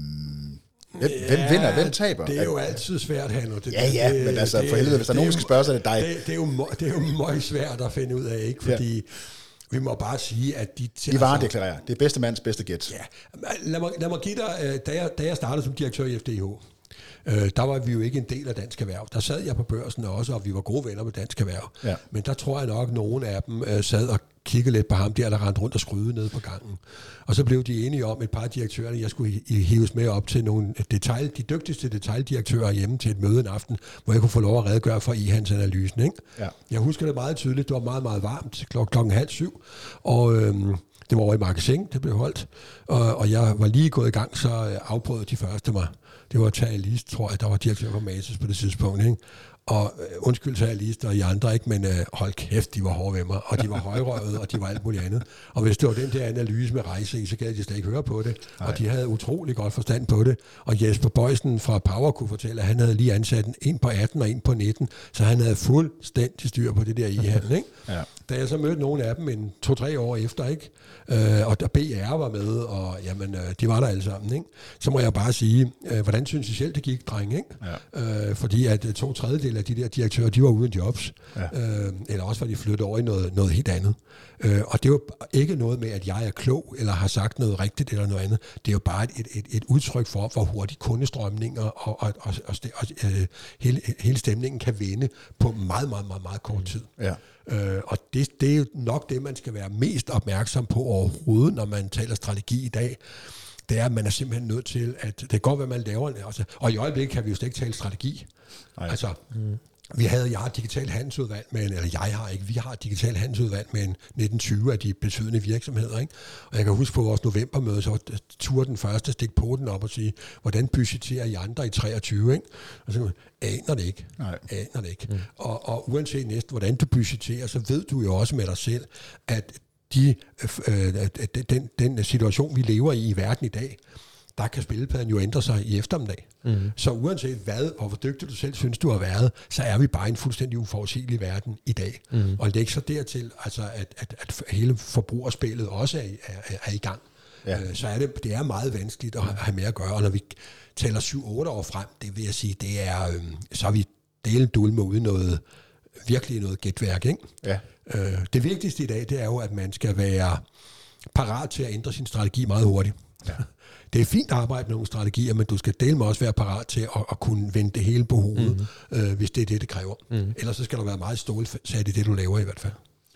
Hvem, ja, hvem vinder, hvem taber? Det er jo altid svært, Hanno. Det, ja, ja, det, men altså, det, for helvede, hvis der er nogen, der skal spørge, så er det dig. Det, det, er, jo, det er jo meget svært at finde ud af, ikke? Fordi ja. vi må bare sige, at de... De varedeklarerer. Det er bedste mands bedste gæt. Ja, lad mig, lad mig give dig, da jeg, da jeg startede som direktør i F D H, øh, der var vi jo ikke en del af Dansk Erhverv. Der sad jeg på børsen også, og vi var gode venner med Dansk Erhverv. Ja. Men der tror jeg nok, at nogle af dem øh, sad og kiggede lidt på ham der, der rendte rundt og skryde nede på gangen. Og så blev de enige om, et par direktører, jeg skulle hives med op til nogle detail, de dygtigste detaildirektører hjemme til et møde en aften, hvor jeg kunne få lov at redegøre for e-handelsanalysen. Ikke? Ja. Jeg husker det meget tydeligt. Det var meget, meget varmt klok- klokken halv syv, og øhm, det var over i Magasin, det blev holdt. Og, og jeg var lige gået i gang, så afbrød de første mig. Det var Tage List, tror jeg, der var direktør for Matas på det tidspunkt, ikke? Og øh, undskyld Tage List og I andre, ikke, men øh, hold kæft, de var hårde ved mig, og de var højrøvede, og de var alt muligt andet. Og hvis det var den der analyse med rejse i, så gad de slet ikke høre på det. Nej. Og de havde utrolig godt forstand på det. Og Jesper Bøjsen fra Power kunne fortælle, at han havde lige ansat en på atten og en på nitten, så han havde fuldstændig styr på det der e-handel, ikke? Ja. Da jeg så mødte nogle af dem en to-tre år efter, ikke? Øh, og der B R var med, og jamen, øh, de var der alle sammen, ikke? Så må jeg bare sige, øh, hvordan synes I selv, det gik, drenge, ikke? Ja. Øh, fordi at øh, to tredjedel af de der direktører, de var uden jobs. Ja. Øh, eller også var de flyttet over i noget, noget helt andet. Øh, og det er jo ikke noget med, at jeg er klog, eller har sagt noget rigtigt, eller noget andet. Det er jo bare et, et, et udtryk for, hvor hurtigt kundestrømninger og, og, og, og, og øh, hele, hele stemningen kan vende på meget, meget, meget, meget kort tid. Ja. Øh, og det, det er jo nok det, man skal være mest opmærksom på overhovedet, når man taler strategi i dag. Det er, at man er simpelthen nødt til, at det kan godt være, man laver en, altså, og i øjeblikket kan vi jo slet ikke tale strategi. Nej. Altså, mm. vi havde, jeg har et digitalt handelsudvalg med en, eller jeg har ikke, vi har et digitalt handelsudvalg med en nitten tyve af de betydende virksomheder, ikke? Og jeg kan huske på vores novembermøde, så var tur den første stik på den op og sige, hvordan budgetterer I andre i treogtyve, ikke? Og så aner det ikke. Nej. Aner det ikke. Mm. Og, og uanset næsten, hvordan du budgetterer, så ved du jo også med dig selv, at de, øh, den, den situation, vi lever i i verden i dag, der kan spillepladen jo ændre sig i eftermiddag. Mm. Så uanset hvad, og hvor dygtig du selv synes, du har været, så er vi bare i en fuldstændig uforudsigelig verden i dag. Mm. Og læg så dertil, altså, at, at, at hele forbrugerspillet også er, er, er i gang. Ja. Øh, så er det, det er meget vanskeligt at have med at gøre. Og når vi taler syv otte år frem, det vil jeg sige, det er, øh, så er vi delen dulme uden noget, virkelig noget gætværk, ikke? Ja. Øh, det vigtigste i dag, det er jo, at man skal være parat til at ændre sin strategi meget hurtigt. Ja. Det er fint at arbejde med nogle strategier, men du skal dele med også være parat til at, at kunne vende det hele på hovedet, mm-hmm. øh, hvis det er det, det kræver. Mm-hmm. Ellers så skal du være meget stålsat i det, du laver i hvert fald.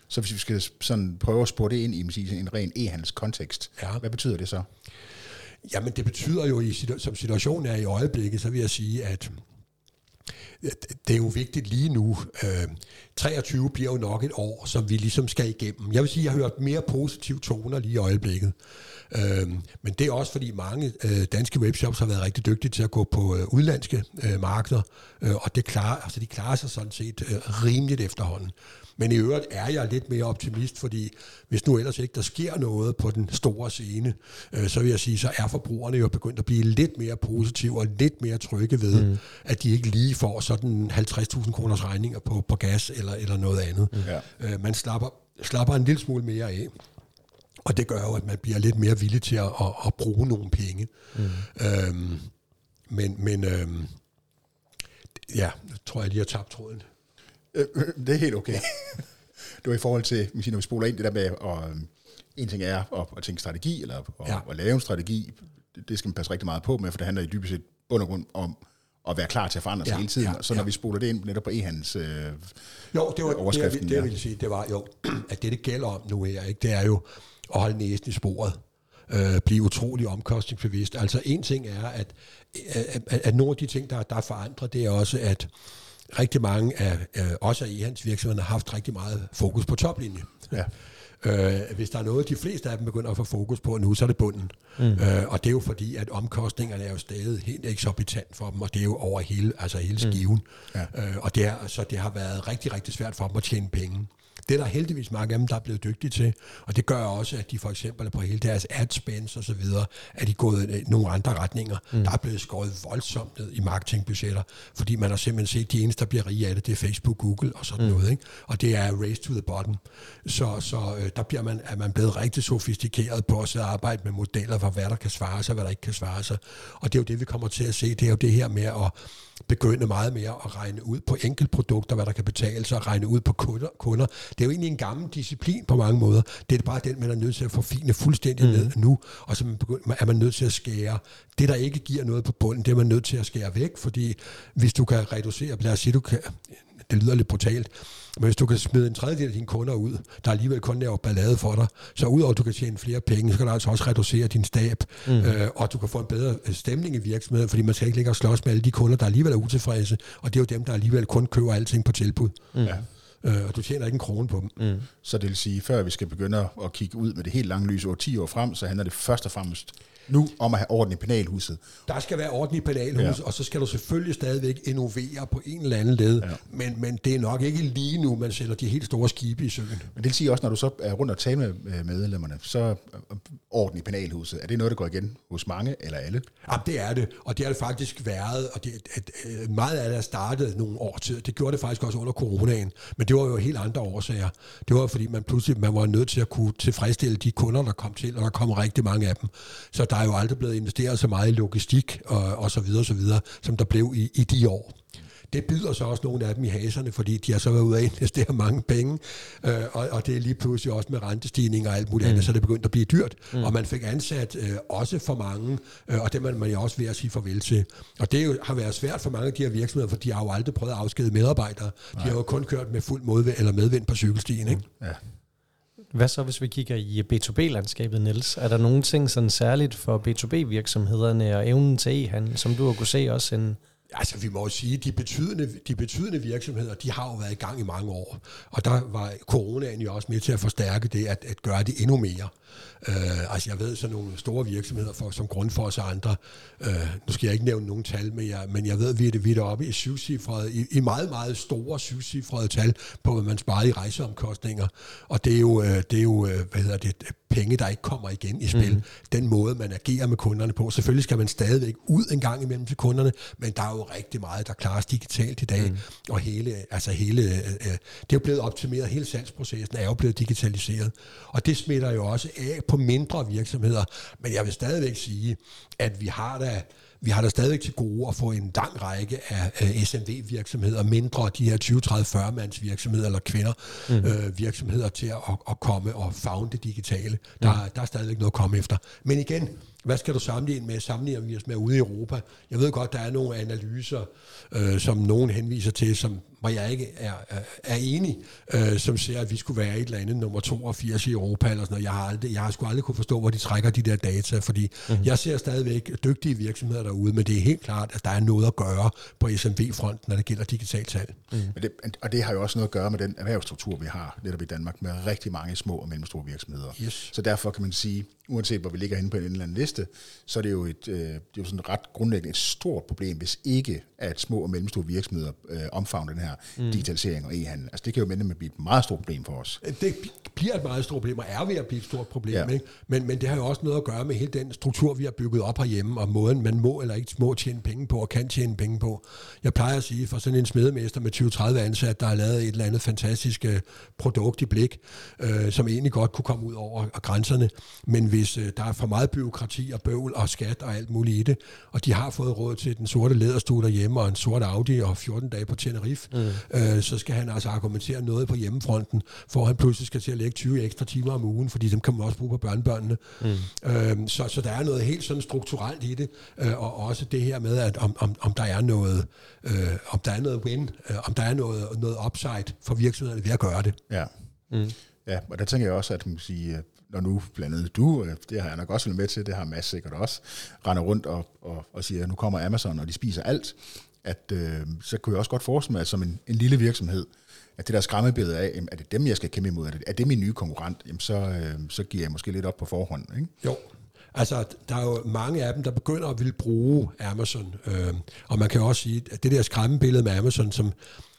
Så hvis vi skal sådan prøve at spore det ind i man siger, en ren e-handelskontekst, ja. Hvad betyder det så? Jamen det betyder jo, i, som situationen er i øjeblikket, så vil jeg sige, at det er jo vigtigt lige nu. treogtyve bliver jo nok et år, som vi ligesom skal igennem. Jeg vil sige, at jeg har hørt mere positive toner lige i øjeblikket. Men det er også, fordi mange danske webshops har været rigtig dygtige til at gå på udlandske markeder, og det klarer, altså de klarer sig sådan set rimeligt efterhånden. Men i øvrigt er jeg lidt mere optimist, fordi hvis nu ellers ikke der sker noget på den store scene, øh, så vil jeg sige, så er forbrugerne jo begyndt at blive lidt mere positive og lidt mere trygge ved, mm. at de ikke lige får sådan halvtreds tusind kroners regninger på, på gas eller, eller noget andet. Mm. Øh, man slapper, slapper en lille smule mere af. Og det gør jo, at man bliver lidt mere villig til at, at, at bruge nogle penge. Mm. Øhm, men men øhm, ja, tror jeg lige har tabt tråden. Det er helt okay. Det var i forhold til, når vi spoler ind det der med, at en ting er at, at tænke strategi, eller at, ja. at lave en strategi, det skal man passe rigtig meget på med, for det handler i dybest set bund og grund om at være klar til at forandre sig ja, hele tiden. Ja, så når ja. vi spoler det ind netop på e-handels øh, jo, det var overskriften. Det, det, jeg ville sige, det var jo, at det, det gælder om nu her, ikke, det er jo at holde næsen i sporet. Øh, blive utrolig omkostningsbevidst. Altså en ting er, at, at, at, at nogle af de ting, der, der er forandret, det er også, at rigtig mange af, øh, også af e-handelsvirksomhederne har haft rigtig meget fokus på toplinjen. Ja. Øh, hvis der er noget, de fleste af dem begynder at få fokus på nu, så er det bunden. Mm. Øh, og det er jo fordi, at omkostningerne er jo stadig helt eksorbitant for dem, og det er jo over hele, altså hele skiven. Mm. Ja. Øh, og det er, så det har været rigtig, rigtig svært for dem at tjene penge. Det er der heldigvis mange af dem, der er blevet dygtige til, og det gør også, at de for eksempel på hele deres ad spends og så videre, at de gået i nogle andre retninger. Mm. Der er blevet skåret voldsomt ned i marketingbudgetter, fordi man har simpelthen set, at de eneste, der bliver rige af det, det er Facebook, Google og sådan mm. noget, ikke? Og det er race to the bottom. Så, så øh, der bliver man, er man blevet rigtig sofistikeret på at sidde og arbejde med modeller for, hvad der kan svare sig, hvad der ikke kan svare sig. Og det er jo det, vi kommer til at se. Det er jo det her med at begynde meget mere at regne ud på enkeltprodukter, hvad der kan betale sig, og regne ud på kunder. kunder. Det er jo egentlig en gammel disciplin på mange måder. Det er bare den, man er nødt til at forfine fuldstændig mm. ned nu, og så er man nødt til at skære. Det, der ikke giver noget på bunden, det er man nødt til at skære væk, fordi hvis du kan reducere, lad os sige, du kan, det lyder lidt brutalt, men hvis du kan smide en tredjedel af dine kunder ud, der alligevel kun laver ballade for dig, så udover at du kan tjene flere penge, så kan du altså også reducere din stab, mm. øh, og du kan få en bedre stemning i virksomheden, fordi man skal ikke ligge og slås med alle de kunder, der alligevel er utilfredse, og det er jo dem, der alligevel kun køber alting på tilbud. Mm. Ja. Øh, og du tjener ikke en krone på dem. Mm. Så det vil sige, før vi skal begynde at kigge ud med det helt lange lys over ti år frem, så handler det først og fremmest nu om at have orden i penalhuset. Der skal være orden i penalhuset, ja. Og så skal du selvfølgelig stadigvæk innovere på en eller anden led, ja. men, men det er nok ikke lige nu, man sætter de helt store skibe i søen. Men det vil sige også, når du så er rundt og taler med medlemmerne, så orden i penalhuset, er det noget, der går igen hos mange eller alle? Ja, det er det, og det har det faktisk været, og det, at, at meget af det er startet nogle år til. Det gjorde det faktisk også under coronaen, men det var jo helt andre årsager. Det var fordi, man pludselig man var nødt til at kunne tilfredsstille de kunder, der kom til, og der kom rigtig mange af dem. Så der er jo aldrig blevet investeret så meget i logistik og, og så videre, og så videre, som der blev i, i de år. Det byder så også nogle af dem i haserne, fordi de har så været ude at investere mange penge, øh, og, og det er lige pludselig også med rentestigninger og alt muligt mm. andet, så det begyndte at blive dyrt. Mm. Og man fik ansat øh, også for mange, øh, og det man, man jo også ved at sige farvel til. Og det jo, har været svært for mange af de her virksomheder, for de har jo aldrig prøvet at afskede medarbejdere. Nej. De har jo kun kørt med fuld modvind eller medvind på cykelstien, ikke? Ja. Hvad så, hvis vi kigger i B to B-landskabet, Niels? Er der nogle ting sådan særligt for B to B-virksomhederne og evnen til e-handel, som du har kunne se også en... Altså, vi må jo sige, at de betydende, de betydende virksomheder, de har jo været i gang i mange år. Og der var coronaen jo også med til at forstærke det, at, at gøre det endnu mere. Uh, altså, jeg ved så nogle store virksomheder, for, som Grundfos og andre, uh, nu skal jeg ikke nævne nogen tal, men jeg, men jeg ved, at vi er, det, vi er deroppe i syvcifrede, i, i meget, meget store syvcifrede tal på, hvad man sparer i rejseomkostninger. Og det er jo, det er jo hvad hedder det, penge, der ikke kommer igen i spil. Mm. Den måde, man agerer med kunderne på. Selvfølgelig skal man stadigvæk ud en gang imellem til kunderne, men der er jo rigtig meget, der klares digitalt i dag. Mm. Og hele, altså hele, øh, det er jo blevet optimeret, hele salgsprocessen er jo blevet digitaliseret. Og det smitter jo også af på mindre virksomheder. Men jeg vil stadigvæk sige, at vi har da Vi har da stadig til gode at få en lang række af uh, S M V-virksomheder, mindre de her tyve, tredive, fyrre mands virksomheder eller kvinder mm. øh, virksomheder til at, at komme og favne det digitale. Der, mm. der er stadigvæk noget at komme efter. Men igen, hvad skal du sammenligne med? Sammenligner vi os med ude i Europa? Jeg ved godt, der er nogle analyser, øh, som nogen henviser til, som hvor jeg ikke er, er, er enig, øh, som siger, at vi skulle være et eller andet nummer toogfirs i Europa, eller sådan noget. Jeg har, aldrig, jeg har sgu aldrig kunne forstå, hvor de trækker de der data, fordi mm-hmm. jeg ser stadigvæk dygtige virksomheder derude, men det er helt klart, at der er noget at gøre på S M V-fronten, når det gælder digitalt salg. Mm. Men det, og det har jo også noget at gøre med den erhvervsstruktur, vi har netop i Danmark, med rigtig mange små og mellemstore virksomheder. Yes. Så derfor kan man sige, uanset hvor vi ligger henne på en eller anden liste, så er det jo, et, øh, det er jo sådan ret grundlæggende et stort problem, hvis ikke at små og mellemstore virksomheder øh, omfavner den her mm. digitalisering og e-handel. Altså det kan jo minde med at blive et meget stort problem for os. Det bliver et meget stort problem, og er ved at blive et stort problem. Ja. Ikke? Men, men det har jo også noget at gøre med hele den struktur, vi har bygget op herhjemme, og måden, man må eller ikke må tjene penge på, og kan tjene penge på. Jeg plejer at sige, for sådan en smedemester med tyve til tredive ansatte, der har lavet et eller andet fantastisk øh, produkt i blik, øh, som egentlig godt kunne komme ud over grænserne. Men hvis øh, der er for meget byråkrati og bøvl og skat og alt muligt i det, og de har fået råd til den sorte læderstue derhjemme, og en sort Audi og fjorten dage på Tenerife, mm. øh, så skal han altså argumentere noget på hjemmefronten, for han pludselig skal til at lægge tyve ekstra timer om ugen, fordi dem kan man også bruge på børnebørnene. Mm. Øh, så, så der er noget helt sådan strukturelt i det, øh, og også det her med, at om, om, om der er noget, øh, om der er noget win, øh, om der er noget, noget upside for virksomhederne ved at gøre det. Ja. Mm. Ja, og der tænker jeg også, at man kan sige, når nu blandt andet du, det har jeg nok også været med til, det har Mads sikkert også, render rundt og, og, og siger, at nu kommer Amazon, og de spiser alt, at øh, så kunne jeg også godt forestille mig, at som en, en lille virksomhed, at det der skræmmebillede af, er det dem, jeg skal kæmpe imod, er det, er det min nye konkurrent, jamen så, øh, så giver jeg måske lidt op på forhånd, ikke? Jo. Altså, der er jo mange af dem, der begynder at ville bruge Amazon, øh, og man kan jo også sige, at det der skræmmebillede med Amazon, som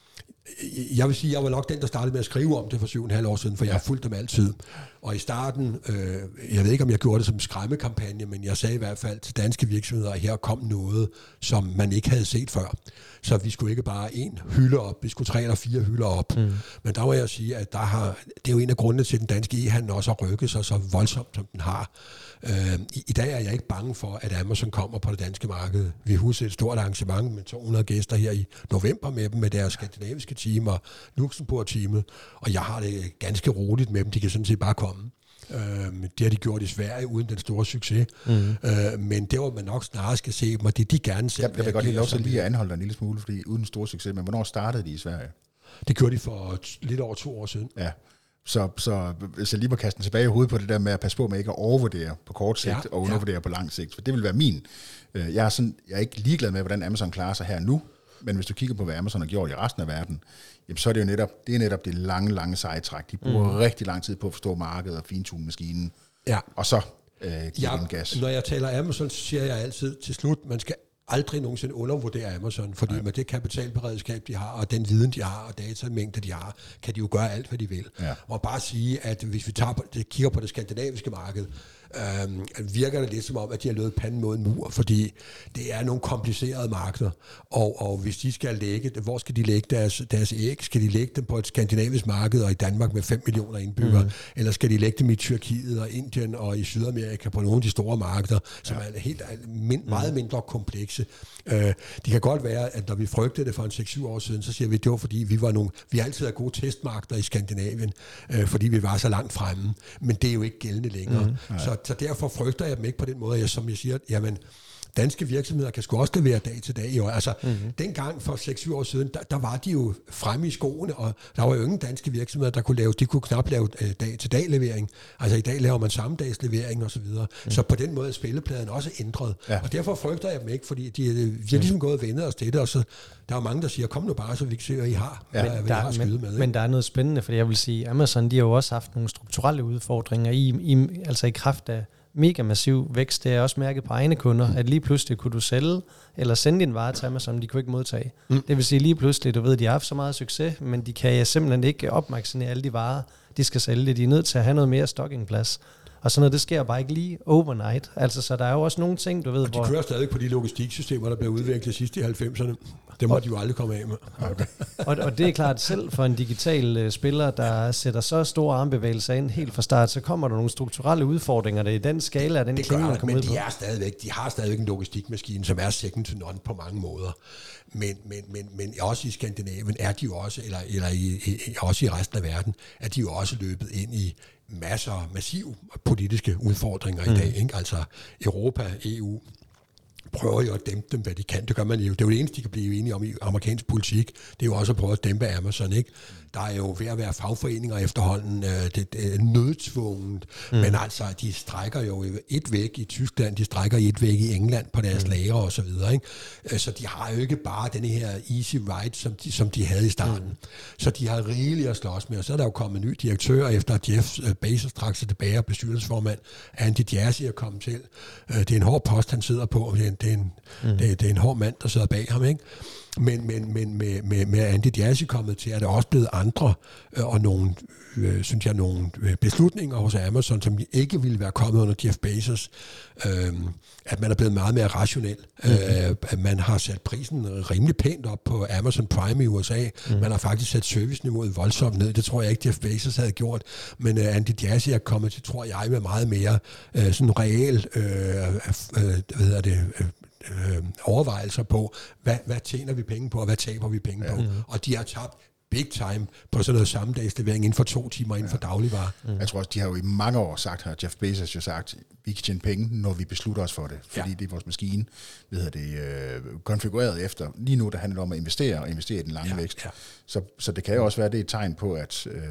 jeg vil sige, jeg var nok den, der startede med at skrive om det for syv og en halv år siden, for jeg har fulgt dem altid. Og i starten, øh, jeg ved ikke, om jeg gjorde det som en skræmmekampagne, men jeg sagde i hvert fald til danske virksomheder, at her kom noget, som man ikke havde set før. Så vi skulle ikke bare en hylde op, vi skulle tre eller fire hylder op. Mm. Men der må jeg sige, at der har, det er jo en af grundene til, at den danske e-handel også har rykket sig så voldsomt, som den har. Øh, i, I dag er jeg ikke bange for, at Amazon kommer på det danske marked. Vi husker et stort arrangement med to hundrede gæster her i november med dem, med deres skandinaviske team og Luxembourg-teamet, og jeg har det ganske roligt med dem. De kan sådan set bare komme. Øh, det har de gjort i Sverige uden den store succes. Mm. Øh, men det var man nok snarere skal se dem, og det de gerne selv. Jeg, jeg vil godt lige lov til lige at anholde dig en lille smule, fordi uden stor succes, men hvornår startede de i Sverige? Det gjorde de for lidt over to år siden. Ja. Så, så hvis jeg lige må kaste den tilbage i hovedet på det der med at passe på med ikke at overvurdere på kort sigt, ja, og undervurdere ja. på lang sigt, for det vil være min. Jeg er, sådan, jeg er ikke ligeglad med, hvordan Amazon klarer sig her nu, men hvis du kigger på, hvad Amazon har gjort i resten af verden, jamen, så er det jo netop det, er netop det lange, lange sejtræk. De bruger mm. rigtig lang tid på at forstå markedet og fintune maskinen, ja. og så øh, giver ja, den gas. Når jeg taler Amazon, så siger jeg altid til slut, man skal aldrig nogensinde undervurdere Amazon, fordi Nej. med det kapitalberedskab, de har, og den viden, de har, og datamængde, de har, kan de jo gøre alt, hvad de vil. Ja. Og bare sige, at hvis vi tager på, det, kigger på det skandinaviske marked, øhm, virker det lidt som om, at de har løbet panden mod en mur, fordi det er nogle komplicerede markeder, og, og hvis de skal lægge, hvor skal de lægge deres, deres æg? Skal de lægge dem på et skandinavisk marked, og i Danmark med fem millioner indbyggere, mm. eller skal de lægge dem i Tyrkiet og Indien og i Sydamerika på nogle af de store markeder, som ja. er helt mind, meget mindre komplekse. Øh, det kan godt være, at når vi frygtede det for en seks syv år siden, så siger vi, at det var fordi, vi var nogle, vi altid har gode testmarkeder i Skandinavien, øh, fordi vi var så langt fremme, men det er jo ikke gældende længere. Mm. Så, så derfor frygter jeg dem ikke på den måde, jeg, som jeg siger, jamen, danske virksomheder kan sgu også levere dag til dag i år. Altså, mm-hmm. dengang for seks syv år siden, der, der var de jo fremme i skoene, og der var jo ingen danske virksomheder, der kunne lave, de kunne knap lave øh, dag-til-dag-levering. Altså, i dag laver man sammendags-levering og så videre. Mm. Så på den måde er spillepladen også ændret. Ja. Og derfor frygter jeg dem ikke, fordi de, de har ligesom gået og vendet os til det, og så der er mange, der siger, kom nu bare, så vi kan se, hvad I har. Ja. Hvad, Men, hvad der, I har men, med, men der er noget spændende, for jeg vil sige, Amazon, de har jo også haft nogle strukturelle udfordringer i, i altså i kraft af mega massiv vækst. Det er også mærket på egne kunder, at lige pludselig kunne du sælge eller sende din vare til Amazon, de kunne ikke modtage. Mm. Det vil sige lige pludselig, du ved, de har haft så meget succes, men de kan simpelthen ikke opmaksimere alle de varer, de skal sælge. De er nødt til at have noget mere stockingplads. Og sådan noget, det sker bare ikke lige overnight. Altså, så der er jo også nogle ting, du ved, og de hvor... kører stadig på de logistiksystemer, der blev udviklet sidst i halvfemserne. Det må og, de jo aldrig komme af med. Okay. og, og det er klart, selv for en digital uh, spiller, der sætter så store armbevægelser ind helt fra start, så kommer der nogle strukturelle udfordringer. Det er den skala, den klinge, man kommer ud på. Men de, er stadigvæk, de har stadigvæk en logistikmaskine, som er second to none på mange måder. Men, men, men, men også i Skandinavien er de jo også, eller, eller i, i, også i resten af verden, er de jo også løbet ind i masser, massive politiske udfordringer mm. i dag. Ikke? Altså Europa, E U, prøver jo at dæmpe dem, hvad de kan. Det gør man jo. Det er jo det eneste, de kan blive enige om i amerikansk politik. Det er jo også at prøve at dæmpe Amazon, ikke? Der er jo ved at være fagforeninger efterhånden, det, det er nødtvunget, mm. men altså, de strækker jo et væk i Tyskland, de strækker et væk i England på deres mm. lager og så videre, ikke? Så de har jo ikke bare denne her easy ride, som de, som de havde i starten. Mm. Så de har rigeligt at slås med, og så er der jo kommet en ny direktør, efter at Jeff Bezos trak sig tilbage og bestyrelsesformand. Andy Jassy er kommet til. Det er en hård post, han sidder på. Det er en, det er en, mm. det, det er en hård mand, der sidder bag ham, ikke? Men, men, men med, med, med Andy Jassy kommet til, er der også blevet andre øh, og nogle, øh, synes jeg, nogle beslutninger hos Amazon, som ikke ville være kommet under Jeff Bezos. Øh, at man er blevet meget mere rationel. Mm-hmm. Øh, at man har sat prisen rimelig pænt op på Amazon Prime i U S A. Mm-hmm. Man har faktisk sat serviceniveauet voldsomt ned. Det tror jeg ikke, Jeff Bezos havde gjort. Men øh, Andy Jassy er kommet til, tror jeg, med meget mere øh, sådan reel, øh, øh, hvad hedder det, øh, Øh, overvejelser på, hvad, hvad tjener vi penge på, og hvad taber vi penge ja. på. Mm. Og de har tabt big time på sådan noget sammendagslevering inden for to timer inden ja. for dagligvarer. Mm. Jeg tror også, de har jo i mange år sagt, har Jeff Bezos jo sagt, vi kan tjene penge, når vi beslutter os for det, fordi ja. det er vores maskine, hvad hedder det, øh, konfigureret efter. Lige nu, der handler det om at investere, og investere i den lange ja. vækst. Ja. Så, så det kan jo også være, det er et tegn på, at øh,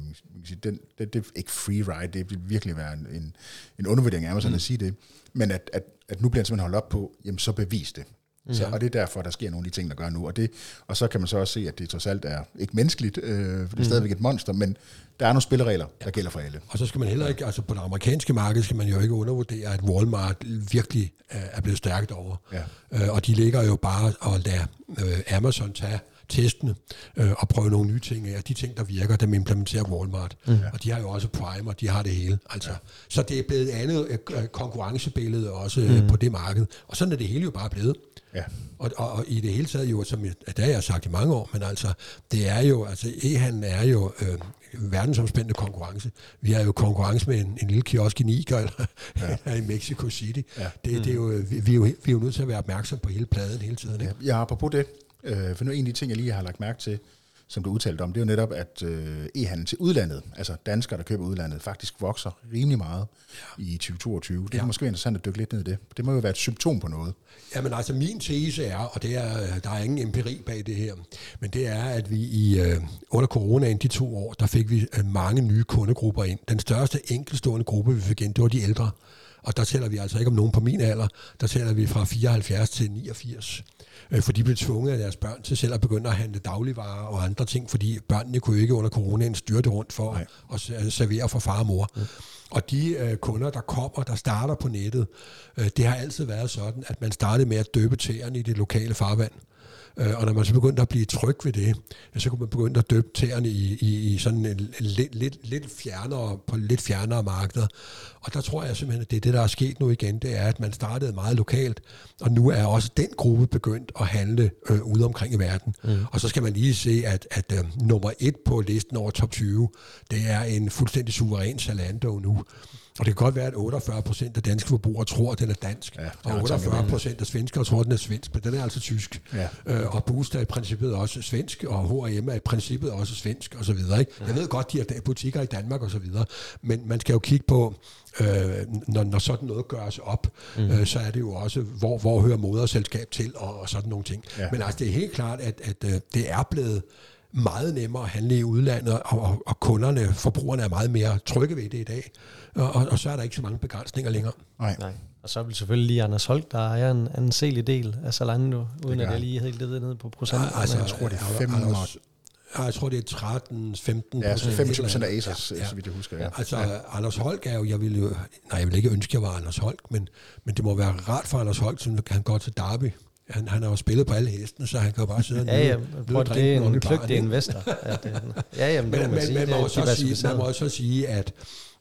den, det, det er ikke free ride, det vil virkelig være en, en, en undervurdering af Amazon mm. at sige det, men at, at, at nu bliver han simpelthen holdt op på, jamen så bevis det. Så, ja. Og det er derfor, der sker nogle af de ting, der gør nu. Og, det, og så kan man så også se, at det trods alt er ikke menneskeligt, øh, for det er mm. stadigvæk et monster, men der er nogle spilleregler, der ja. gælder for alle. Og så skal man heller ikke, altså på det amerikanske marked, skal man jo ikke undervurdere, at Walmart virkelig er blevet stærkt over. Ja. Øh, og de ligger jo bare og lader øh, Amazon tage testene øh, og prøve nogle nye ting af. De ting, der virker, dem implementerer Walmart. Mm. Og de har jo også Prime, og de har det hele. Altså. Ja. Så det er blevet et andet øh, konkurrencebillede også øh, mm. på det marked. Og sådan er det hele jo bare blevet. Ja. Og, og, og i det hele taget jo, som jeg, det har jeg sagt i mange år, men altså, det er jo, altså e-handel er jo øh, verdensomspændende konkurrence. Vi har jo konkurrence med en, en lille kiosk i Niger, eller ja. i Mexico City. Ja. Det, mm. det er jo, vi, vi, er jo, vi er jo nødt til at være opmærksom på hele pladen hele tiden. Ikke? Ja, apropos det, øh, for nu en af de ting, jeg lige har lagt mærke til, som du udtalte om, det er jo netop, at øh, e-handel til udlandet, altså danskere, der køber udlandet, faktisk vokser rimelig meget ja. i tyve toogtyve. Det er ja. måske interessant at dykke lidt ned i det. Det må jo være et symptom på noget. Jamen altså, min tese er, og det er, der er ingen empiri bag det her, men det er, at vi i øh, under coronaen de to år, der fik vi øh, mange nye kundegrupper ind. Den største enkeltstående gruppe, vi fik ind, det var de ældre. Og der tæller vi altså ikke om nogen på min alder, der tæller vi fra fireoghalvfjerds til niogfirs. For de blev tvunget af deres børn til selv at begynde at handle dagligvarer og andre ting, fordi børnene kunne ikke under coronaen styrte rundt for Nej. at servere for far og mor. Mm. Og de øh, kunder, der kommer, der starter på nettet, øh, det har altid været sådan, at man startede med at døbe tæerne i det lokale farvand. Og når man så begyndte at blive tryg ved det, så kunne man begynde at døbe tæerne i, i, i sådan en lidt, lidt, lidt fjernere, på lidt fjernere markeder. Og der tror jeg simpelthen, at det er det, der er sket nu igen, det er, at man startede meget lokalt, og nu er også den gruppe begyndt at handle øh, ude omkring i verden. Mm. Og så skal man lige se, at, at øh, nummer et på listen over top tyve, det er en fuldstændig suveræn Zalando nu. Og det kan godt være, at otteogfyrre procent af danske forbrugere tror, at den er dansk, ja, og otteogfyrre procent af svenskere tror, at den er svensk, men den er altså tysk. Ja. Øh, og Boost er i princippet også svensk, og H og M er i princippet også svensk, og så videre. Ikke? Jeg ved godt, de har butikker i Danmark, og så videre, men man skal jo kigge på, øh, når, når sådan noget gøres op, mm. øh, så er det jo også, hvor, hvor hører moderselskab til, og, og sådan nogle ting. Ja. Men altså, det er helt klart, at, at, at det er blevet meget nemmere at handle i udlandet, og, og, og kunderne, forbrugerne er meget mere trygge ved det i dag. Og, og, og så er der ikke så mange begrænsninger længere. Nej. Nej. Og så vil selvfølgelig lige Anders Holk, der er en anselig del af Zalando, uden at jeg lige helt lidt ned på procent. Ja, altså, jeg tror, det er fem hundrede. Ja, jeg tror, det er tretten femten Ja, så femogtyve procent af Asos, ja, ja. så vidt jeg husker. Ja. Altså, ja. Anders Holk er jo, jeg vil jo, nej, jeg vil ikke ønske, at jeg var Anders Holk, men, men det må være rart for Anders Holk, som han går til Derby. Han, han har jo spillet på alle hestene, så han kan jo bare sidde og ja, ja, prøv, det er en kløgtig investor. At, ja, jamen, men, men, man, må sige, man må også sige, at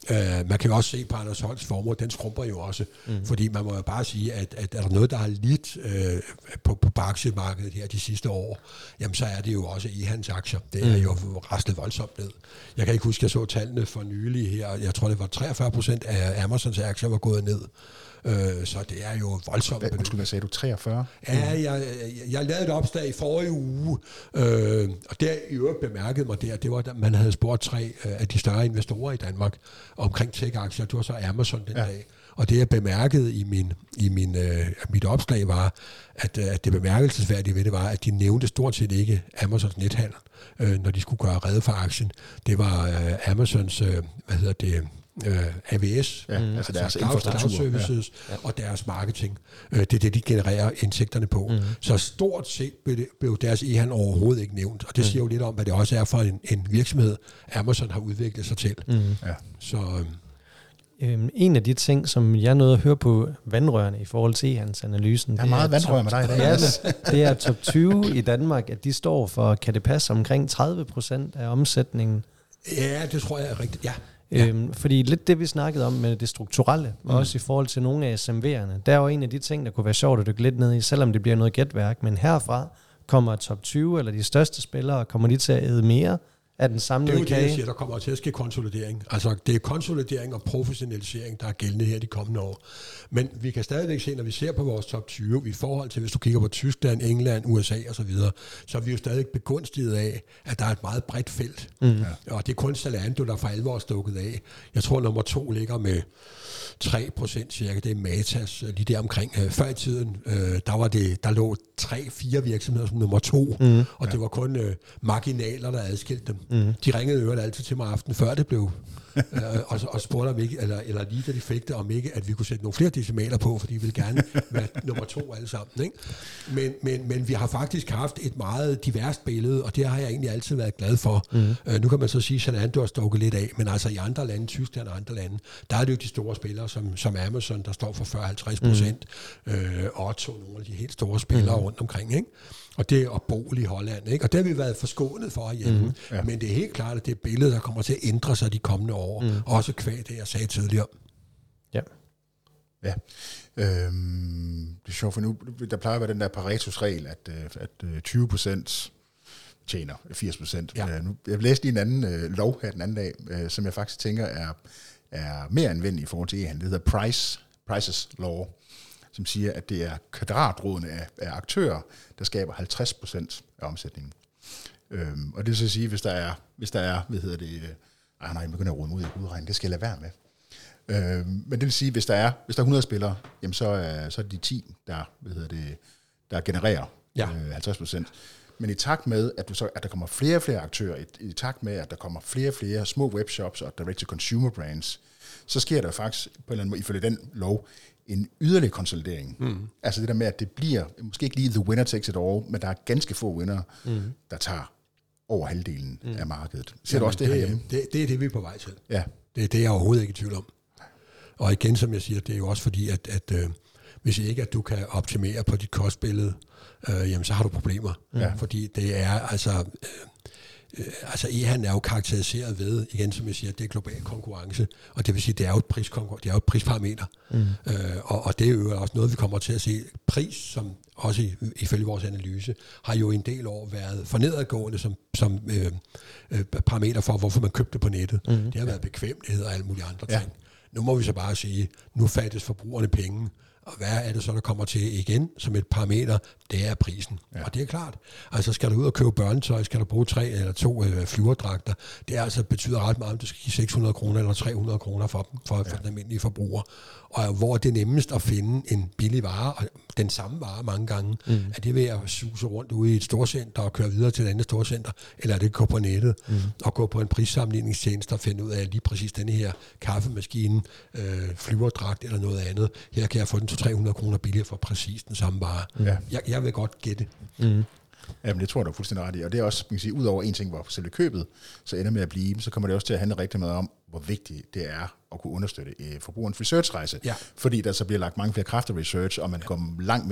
Uh, man kan jo også se på Anders Holts formue, den skrumper jo også, mm. fordi man må jo bare sige, at, at er der noget, der har lidt uh, på, på aktiemarkedet her de sidste år, jamen så er det jo også i hans aktier. Det er mm. jo raslet voldsomt ned. Jeg kan ikke huske, at jeg så tallene for nylig her. Jeg tror, det var treogfyrre procent af Amazons aktier var gået ned. Øh, så det er jo voldsomt. Undskyld, hvad sagde du? treogfyrre? Ja, jeg, jeg, jeg lavede et opslag i forrige uge, øh, og der i øvrigt bemærkede mig der, det var, at man havde spurgt tre øh, af de større investorer i Danmark omkring tech-aktier. Det var så Amazon den ja. dag. Og det, jeg bemærkede i, min, i min, øh, mit opslag, var, at, at det bemærkelsesværdige ved det var, at de nævnte stort set ikke Amazons nethandel, øh, når de skulle gøre rede for aktien. Det var øh, Amazons, øh, hvad hedder det, Uh, A W S, ja, mm. altså deres infrastruktur services ja. og deres marketing. Uh, det er det, de genererer indtægterne på. Mm. Så stort set blev deres e-handel overhovedet ikke nævnt, og det mm. siger jo lidt om, hvad det også er for en, en virksomhed, Amazon har udviklet sig til. Mm. Ja. Så, um, øhm, en af de ting, som jeg nåede at høre på vandrørene i forhold til e-handelsanalysen, der er meget vandrør med dig i dag. Ja, det er top tyve i Danmark, at de står for, kan det passe, omkring tredive procent af omsætningen. Ja, det tror jeg er rigtigt, ja. Ja. Øhm, fordi lidt det, vi snakkede om med det strukturelle, mm. også i forhold til nogle af S M V'erne, der er jo en af de ting, der kunne være sjovt at dykke lidt ned i, selvom det bliver noget gætværk, men herfra kommer top tyve, eller de største spillere, kommer de til at æde mere af den samlede kage? Det er jo det, jeg siger, der kommer til at ske konsolidering. Altså, det er konsolidering og professionalisering, der er gældende her de kommende år. Men vi kan stadigvæk se, når vi ser på vores top tyve, i forhold til, hvis du kigger på Tyskland, England, U S A osv., så, så er vi jo stadig begunstiget af, at der er et meget bredt felt. Mm. Ja. Og det er kun Zalando, der for alvor er stukket af. Jeg tror, nummer to ligger med tre procent cirka. Det er Matas, lige der omkring. Før i tiden, der, var det, der lå tre, fire virksomheder som nummer to, mm. og ja. det var kun uh, marginaler, der adskilte dem. Mm. De ringede øvrigt altid til mig aften, før det blev, øh, og, og spurgte om ikke, eller, eller lige da de fik det, om ikke, at vi kunne sætte nogle flere decimaler på, fordi vi ville gerne være nummer to alle sammen. Ikke? Men, men, men vi har faktisk haft et meget diverst billede, og det har jeg egentlig altid været glad for. Mm. Øh, nu kan man så sige, at Zalando har stukket lidt af, men altså i andre lande, Tyskland og andre lande, der er det jo de store spillere, som, som Amazon, der står for fyrre til halvtreds procent, mm. øh, Otto, nogle af de helt store spillere mm. rundt omkring, ikke? Og det er at bo i Holland, ikke? Og det har vi været forskånet for hjemme. Mm, ja. Men det er helt klart, at det er billede, der kommer til at ændre sig de kommende år. Mm. Også kvæg det, jeg sagde tidligere. Ja. Ja. Øhm, det er sjovt, for nu, der plejer at være den der Paretos-regel, at, at tyve procent tjener firs procent. Ja. Jeg læste lige en anden øh, lov her den anden dag, øh, som jeg faktisk tænker er, er mere anvendelig i forhold til e-handel. Det hedder Price, Prices Law, som siger, at det er kvadratrådene af, af aktører, der skaber halvtreds procent af omsætningen. Øhm, og det vil så sige, hvis der er, hvis der er, hvad hedder det, ah nej, jeg begynder at rode mig ud i hovedregningen, det skal jeg lade være med. Øhm, men det vil sige, hvis der er, hvis der er hundrede spillere, jamen så er, så er det de ti, der, hvad hedder det, der genererer ja. øh, halvtreds procent. Men i takt med, at, du så, at der kommer flere og flere aktører, i, i takt med, at der kommer flere og flere små webshops og direct-to-consumer brands, så sker der faktisk, på en eller anden måde, ifølge den lov, en yderligere konsolidering. Mm. Altså det der med, at det bliver, måske ikke lige the winner takes it all, men der er ganske få vinder, mm. der tager over halvdelen mm. af markedet. Ser du også det, det herhjemme? Det, det er det, vi er på vej til. Ja. Det, det er jeg overhovedet ikke i tvivl om. Og igen, som jeg siger, det er jo også fordi, at, at øh, hvis ikke at du kan optimere på dit kostbillede, øh, jamen så har du problemer. Ja. Fordi det er altså... Øh, Altså e-handel er jo karakteriseret ved, igen som jeg siger, det er global konkurrence, og det vil sige, det er jo et priskonkurrence, det er jo et prisparameter, mm. øh, og, og det er jo også noget, vi kommer til at se. Pris, som også i, ifølge vores analyse, har jo en del år været for nedadgående som, som øh, øh, parameter for, hvorfor man købte på nettet. Mm. Det har været bekvemmelighed og alle mulige andre ting. Ja. Nu må vi så bare sige, nu fattes forbrugerne penge, og hvad er det så, der kommer til igen som et parameter? Det er prisen. Ja. Og det er klart. Altså skal du ud og købe børnetøj, skal du bruge tre eller to øh, flyverdragter. Det er altså betyder ret meget, om du skal give seks hundrede kroner eller tre hundrede kroner for dem, for, ja. for den almindelige forbruger. Og hvor det er nemmest at finde en billig vare, og den samme vare mange gange, mm. er det ved at suse rundt ude i et storcenter og køre videre til et andet storcenter, eller er det at gå på nettet mm. og gå på en prissammenligningstjeneste og finde ud af lige præcis denne her kaffemaskine, øh, flyverdragt eller noget andet. Her kan jeg få den til tre hundrede kroner billigere for præcis den samme vare. Ja. Jeg, jeg vil godt gætte. Mm. Jamen det tror jeg, du er fuldstændig ret i. Og det er også, man kan sige, ud over en ting, hvor selve købet så ender med at blive, så kommer det også til at handle rigtig meget om, hvor vigtigt det er at kunne understøtte forbrugerens researchrejse. Ja. Fordi der så bliver lagt mange flere kræfter research, og man kommer langt mere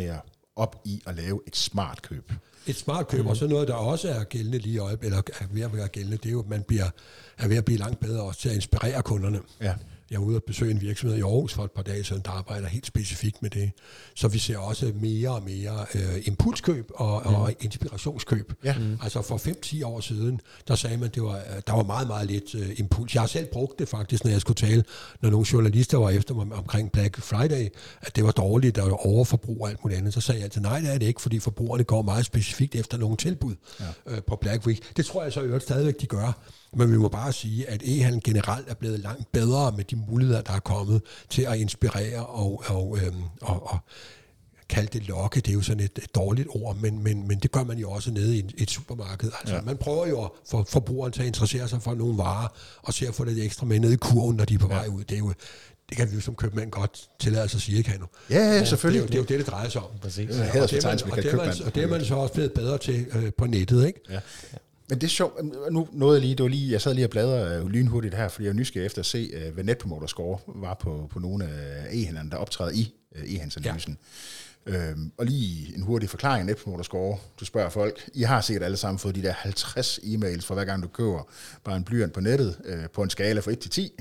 op i at lave et smart køb. Et smart køb, mm. og så noget, der også er gældende lige i øjeblikket, eller er ved at være gældende, det er jo, at man bliver, er ved at blive langt bedre også til at inspirere kunderne. Ja. Jeg var ude og besøge en virksomhed i Aarhus for et par dage siden, der arbejder helt specifikt med det. Så vi ser også mere og mere øh, impulskøb og, mm. og inspirationskøb. Ja. Mm. Altså for fem til ti år siden, der sagde man, det var, der var meget, meget lidt øh, impuls. Jeg har selv brugt det faktisk, når jeg skulle tale, når nogle journalister var efter mig omkring Black Friday, at det var dårligt, der var overforbrug og alt muligt andet. Så sagde jeg altid, nej, det er det ikke, fordi forbrugerne går meget specifikt efter nogle tilbud ja. øh, på Black Week. Det tror jeg så i øvrigt stadigvæk, de gør. Men vi må bare sige, at e-handel generelt er blevet langt bedre med de muligheder, der er kommet til at inspirere og, og, øhm, og, og kalde det lokke. Det er jo sådan et, et dårligt ord, men, men, men det gør man jo også nede i et, et supermarked. Altså, ja. Man prøver jo at få forbrugeren til at interessere sig for nogle varer, og se at få lidt ekstra med ned i kurven, når de er på vej ud. Det er jo... Det kan vi jo som købmand godt tillade sig at sige, ikke, Hanno? Ja, ja, selvfølgelig. Det er, jo, det er jo det, det drejer sig om. Præcis. Ja, og, det man, og, det man, og det er man så også blevet bedre til øh, på nettet, ikke? Ja. Men det er sjovt. Nu nåede jeg lige, det var lige, jeg sad lige og bladrede lynhurtigt her, fordi jeg er nysgerrig efter at se, hvad Net Promoter Score var på, på nogle af e-handlerne, der optræder i e-handelsanalysen. Ja. Øhm, og lige en hurtig forklaring af Net Promoter Score. Du spørger folk, I har sikkert alle sammen fået de der halvtreds e-mails for hver gang du køber bare en blyant på nettet, øh, på en skala fra et til ti.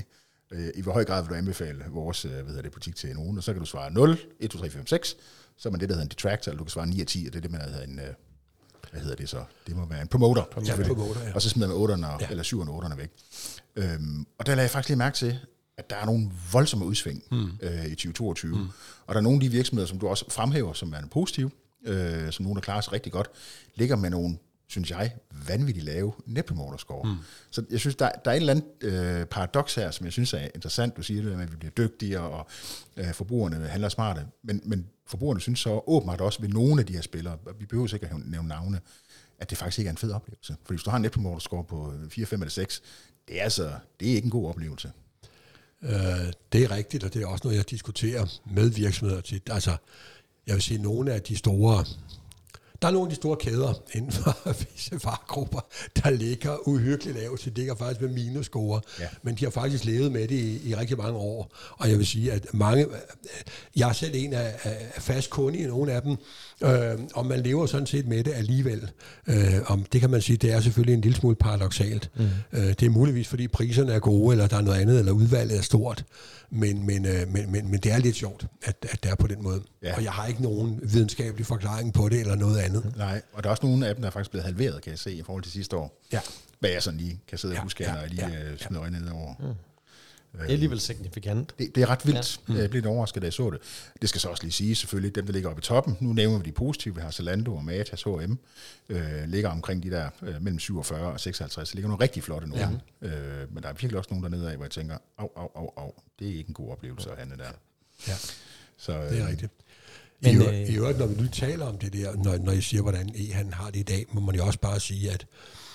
I hvor høj grad vil du anbefale vores hvad hedder det, butik til nogen, og så kan du svare nul, et, to, tre, fire, fem, seks, så er man det, der hedder en detractor, eller du kan svare ni og ti, og det er det, man hedder en, hvad hedder det så, det må være en promoter, ja, promoter ja. Og så smider man otterne, ja. Eller syverne og otterne væk. Øhm, og der lagde jeg faktisk lige mærke til, at der er nogle voldsomme udsving mm. øh, i tyve toogtyve, mm. og der er nogle af de virksomheder, som du også fremhæver, som er positive, øh, som nogen, der klarer sig rigtig godt, ligger med nogle, synes jeg, vanvittigt lave Net Promoter Score. Mm. Så jeg synes, der, der er et eller andet øh, paradoks her, som jeg synes er interessant. Du siger det, at vi bliver dygtigere, og øh, forbrugerne handler smarte. Men, men forbrugerne synes så åbenbart også ved nogle af de her spillere, vi behøver ikke at nævne navne, at det faktisk ikke er en fed oplevelse. Fordi hvis du har en Net Promoter Score på fire, fem eller seks, det er, altså, det er ikke en god oplevelse. Øh, det er rigtigt, og det er også noget, jeg diskuterer med virksomheder til. Altså, jeg vil sige, nogle af de store... Der er nogle af de store kæder inden for visse varegrupper, der ligger uhyggeligt lavt. De ligger faktisk med minusscore, ja. Men de har faktisk levet med det i, i rigtig mange år. Og jeg vil sige, at mange... Jeg er selv en af, af fast kunde i nogle af dem, øh, og man lever sådan set med det alligevel. Øh, om det kan man sige, det er selvfølgelig en lille smule paradoksalt. Mm. Øh, det er muligvis, fordi priserne er gode, eller der er noget andet, eller udvalget er stort. Men, men, men, men, men det er lidt sjovt, at, at det er på den måde. Ja. Og jeg har ikke nogen videnskabelig forklaring på det, eller noget andet. Nej, og der er også nogle af dem, der er faktisk blevet halveret, kan jeg se, i forhold til sidste år. Ja. Hvad jeg sådan lige kan sidde og huske, ja, ja, når jeg lige ja, ja. smider øjnene ned over. Mm. Det er alligevel signifikant. Det, det er ret vildt. Ja. Jeg blev lidt overrasket, da jeg så det. Det skal så også lige sige, selvfølgelig, dem, der ligger oppe i toppen. Nu nævner vi de positive. Vi har Zalando og Matas, H og M. Øh, ligger omkring de der øh, mellem syvogfyrre og seksoghalvtreds. Det ligger nogle rigtig flotte nogle. Ja. Øh, men der er virkelig også nogle dernede af, hvor jeg tænker, au, au, au, au. Det er ikke en god oplevelse at handle der. Ja, så, øh, det er rigtigt. Men, I, øh, I øvrigt, når vi nu taler om det der, når, når I siger, hvordan e-handel har det i dag, må man jo også bare sige, at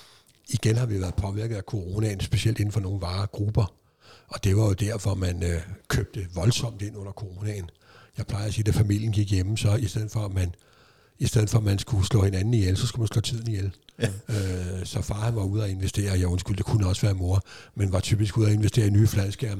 igen har vi været påvirket af coronaen, specielt inden for nogle varegrupper. Og det var jo derfor, man øh, købte voldsomt ind under coronaen. Jeg plejer at sige, at da familien gik hjemme, så i stedet for, at man, i stedet for, at man skulle slå hinanden ihjel, så skulle man slå tiden ihjel. Ja. Øh, så far han var ude at investere, jeg undskyld, det kunne også være mor, men var typisk ude at investere i nye fladskærme,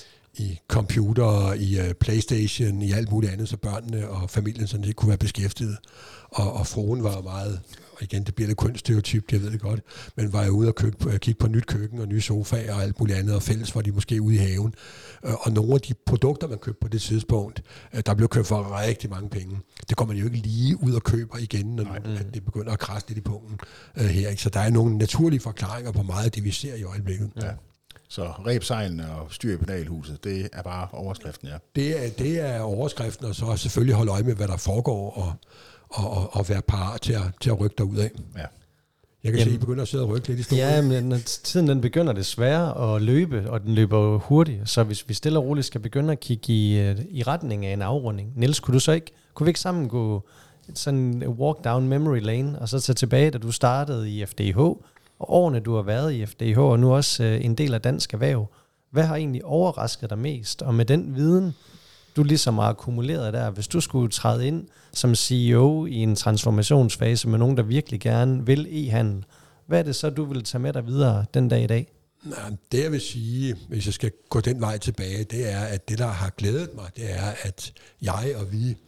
i computer, i uh, PlayStation, i alt muligt andet, så børnene og familien sådan ikke kunne være beskæftiget. Og, og fruen var meget, og igen, det bliver lidt kønsstereotypt, jeg ved det godt, men var jo ude og kø- kigge på nyt køkken og nye sofaer og alt muligt andet, og fælles var de måske ude i haven. Og nogle af de produkter, man købte på det tidspunkt, der blev købt for rigtig mange penge. Det kommer man jo ikke lige ud og køber igen, når mm. at det begynder at krasse lidt i pungen uh, her. Ikke? Så der er nogle naturlige forklaringer på meget af det, vi ser i øjeblikket. Ja. Så rebsejlene og styr i penalhuset, det er bare overskriften, ja. Det er, det er overskriften, og så selvfølgelig holde øje med, hvad der foregår, og, og, og, og være parat til at, til at rykke derud af. Ja. Jeg kan Jamen, se, I begynder at sidde og rykke lidt i stolen. Ja, men når tiden den begynder desværre at løbe, og den løber hurtigt, så hvis vi stille og roligt skal begynde at kigge i, i retning af en afrunding. Niels, kunne du så ikke, kunne vi ikke sammen gå sådan walk down memory lane, og så tage tilbage, da du startede i F D H, og årene, du har været i F D H, og nu også øh, en del af Dansk Erhverv. Hvad har egentlig overrasket dig mest? Og med den viden, du ligesom har akkumuleret der, hvis du skulle træde ind som C E O i en transformationsfase med nogen, der virkelig gerne vil e-handel, hvad er det så, du vil tage med dig videre den dag i dag? Nej, det jeg vil sige, hvis jeg skal gå den vej tilbage, det er, at det, der har glædet mig, det er, at jeg og vi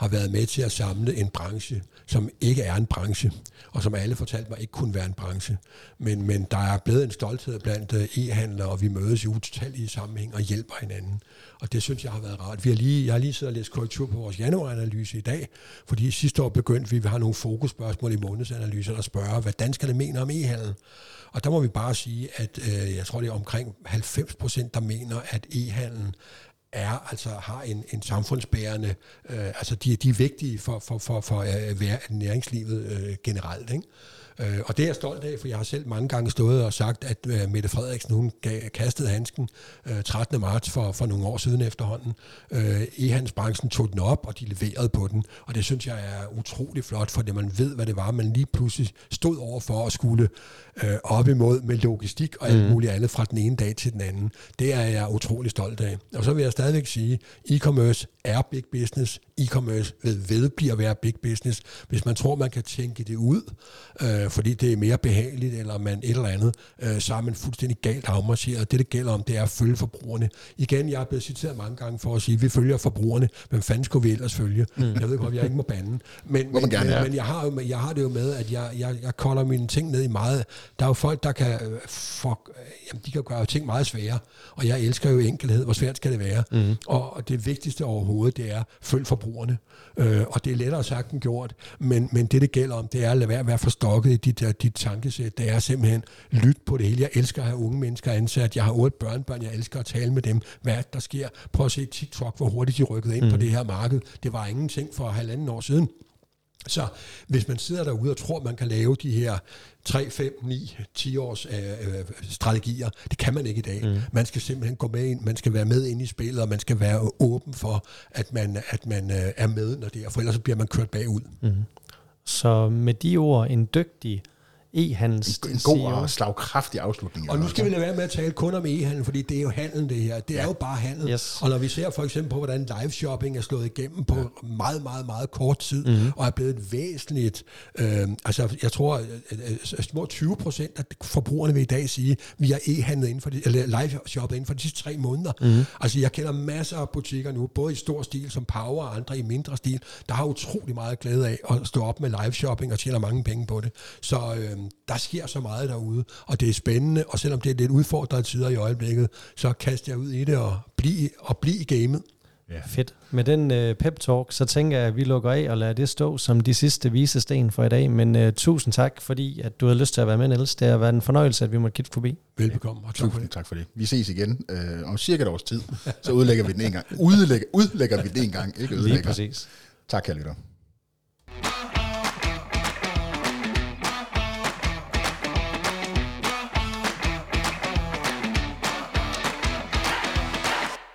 har været med til at samle en branche, som ikke er en branche, og som alle fortalte mig ikke kunne være en branche. Men, men der er blevet en stolthed blandt e-handlere, og vi mødes i utallige sammenhæng og hjælper hinanden. Og det synes jeg har været rart. Vi har lige, jeg har lige siddet og læst korrektur på vores januaranalyse i dag, fordi sidste år begyndte vi, vi har nogle fokusspørgsmål i månedsanalyser, der spørger, hvad danskerne mener om e-handel. Og der må vi bare sige, at øh, jeg tror, det er omkring halvfems procent, der mener, at e-handlen er, altså har en, en samfundsbærende, øh, altså de, de er vigtige for, for, for, for at være næringslivet øh, generelt, ikke? Øh, og det er jeg stolt af, for jeg har selv mange gange stået og sagt, at øh, Mette Frederiksen, hun gav, kastede handsken øh, trettende marts for, for nogle år siden efterhånden. Øh, E-handelsbranchen tog den op, og de leverede på den, og det synes jeg er utrolig flot, for det man ved, hvad det var, man lige pludselig stod over for at skulle øh, op imod med logistik og alt muligt andet fra den ene dag til den anden. Det er jeg utrolig stolt af. Og så vil jeg stadigvæk sige, e-commerce er big business. E-commerce ved vedblive at være big business. Hvis man tror, man kan tænke det ud, øh, fordi det er mere behageligt, eller man et eller andet, øh, så er man fuldstændig galt afmarcheret. Det, det gælder om, det er at følge forbrugerne. Igen, jeg er blevet citeret mange gange for at sige, at vi følger forbrugerne. Hvem fanden skulle vi ellers følge? Mm. Jeg ved godt, jeg ikke må bande. Men, men, men, men jeg, har jo, jeg har det jo med, at jeg, jeg, jeg kolder mine ting ned i meget. Der er jo folk, der kan, for, jamen, de kan gøre ting meget svære, og jeg elsker jo enkelhed. Hvor svært skal det være? Mm. Og, og det vigtigste overhovedet, det er følg forbrugerne. Øh, og det er lettere sagt end gjort, men, men det, det gælder om, det er at lade være at være forstokket i dit, dit tankesæt. Det er simpelthen lyt på det hele. Jeg elsker at have unge mennesker ansat. Jeg har otte børnebørn. Jeg elsker at tale med dem. Hvad er det, der sker? Prøv at se TikTok, hvor hurtigt de rykkede ind mm. på det her marked. Det var ingenting for halvanden år siden. Så hvis man sidder derude og tror, man kan lave de her tre, fem, ni, ti års øh, øh, strategier, det kan man ikke i dag. Mm. Man skal simpelthen gå med ind, man skal være med ind i spillet, og man skal være åben for, at man, at man øh, er med, når det er, for ellers bliver man kørt bagud. Mm. Så med de ord, en dygtig e-handels en, en god og slagkraftig afslutning. Og nu skal vi lade være med at tale kun om e-handel, fordi det er jo handel det her. Det er ja. jo bare handel. Yes. Og når vi ser for eksempel på, hvordan live shopping er slået igennem på ja. meget, meget, meget kort tid, mm-hmm. og er blevet et væsentligt, øh, altså jeg tror, øh, små tyve procent af forbrugerne vil i dag sige, vi har e-handlet inden for de, eller live shopping inden for de sidste tre måneder. Mm-hmm. Altså jeg kender masser af butikker nu, både i stor stil som Power og andre i mindre stil, der har utrolig meget glæde af at stå op med live shopping og tjener mange penge på det. Så øh, der sker så meget derude, og det er spændende, og selvom det er lidt udfordrende tider i øjeblikket, så kaster jeg ud i det og bliver og blive i gamet. Ja. Fedt. Med den uh, pep-talk, så tænker jeg, at vi lukker af og lader det stå som de sidste visesten for i dag. Men uh, tusind tak, fordi at du havde lyst til at være med, Niels. Det har været en fornøjelse, at vi måtte kigge forbi. Velbekomme. Og tak for det. Tak for det. Vi ses igen uh, om cirka et års tid. Så udlægger vi den en gang. Udlægger, udlægger vi den en gang, ikke ødelægger. Lige præcis. Tak, kære lytter.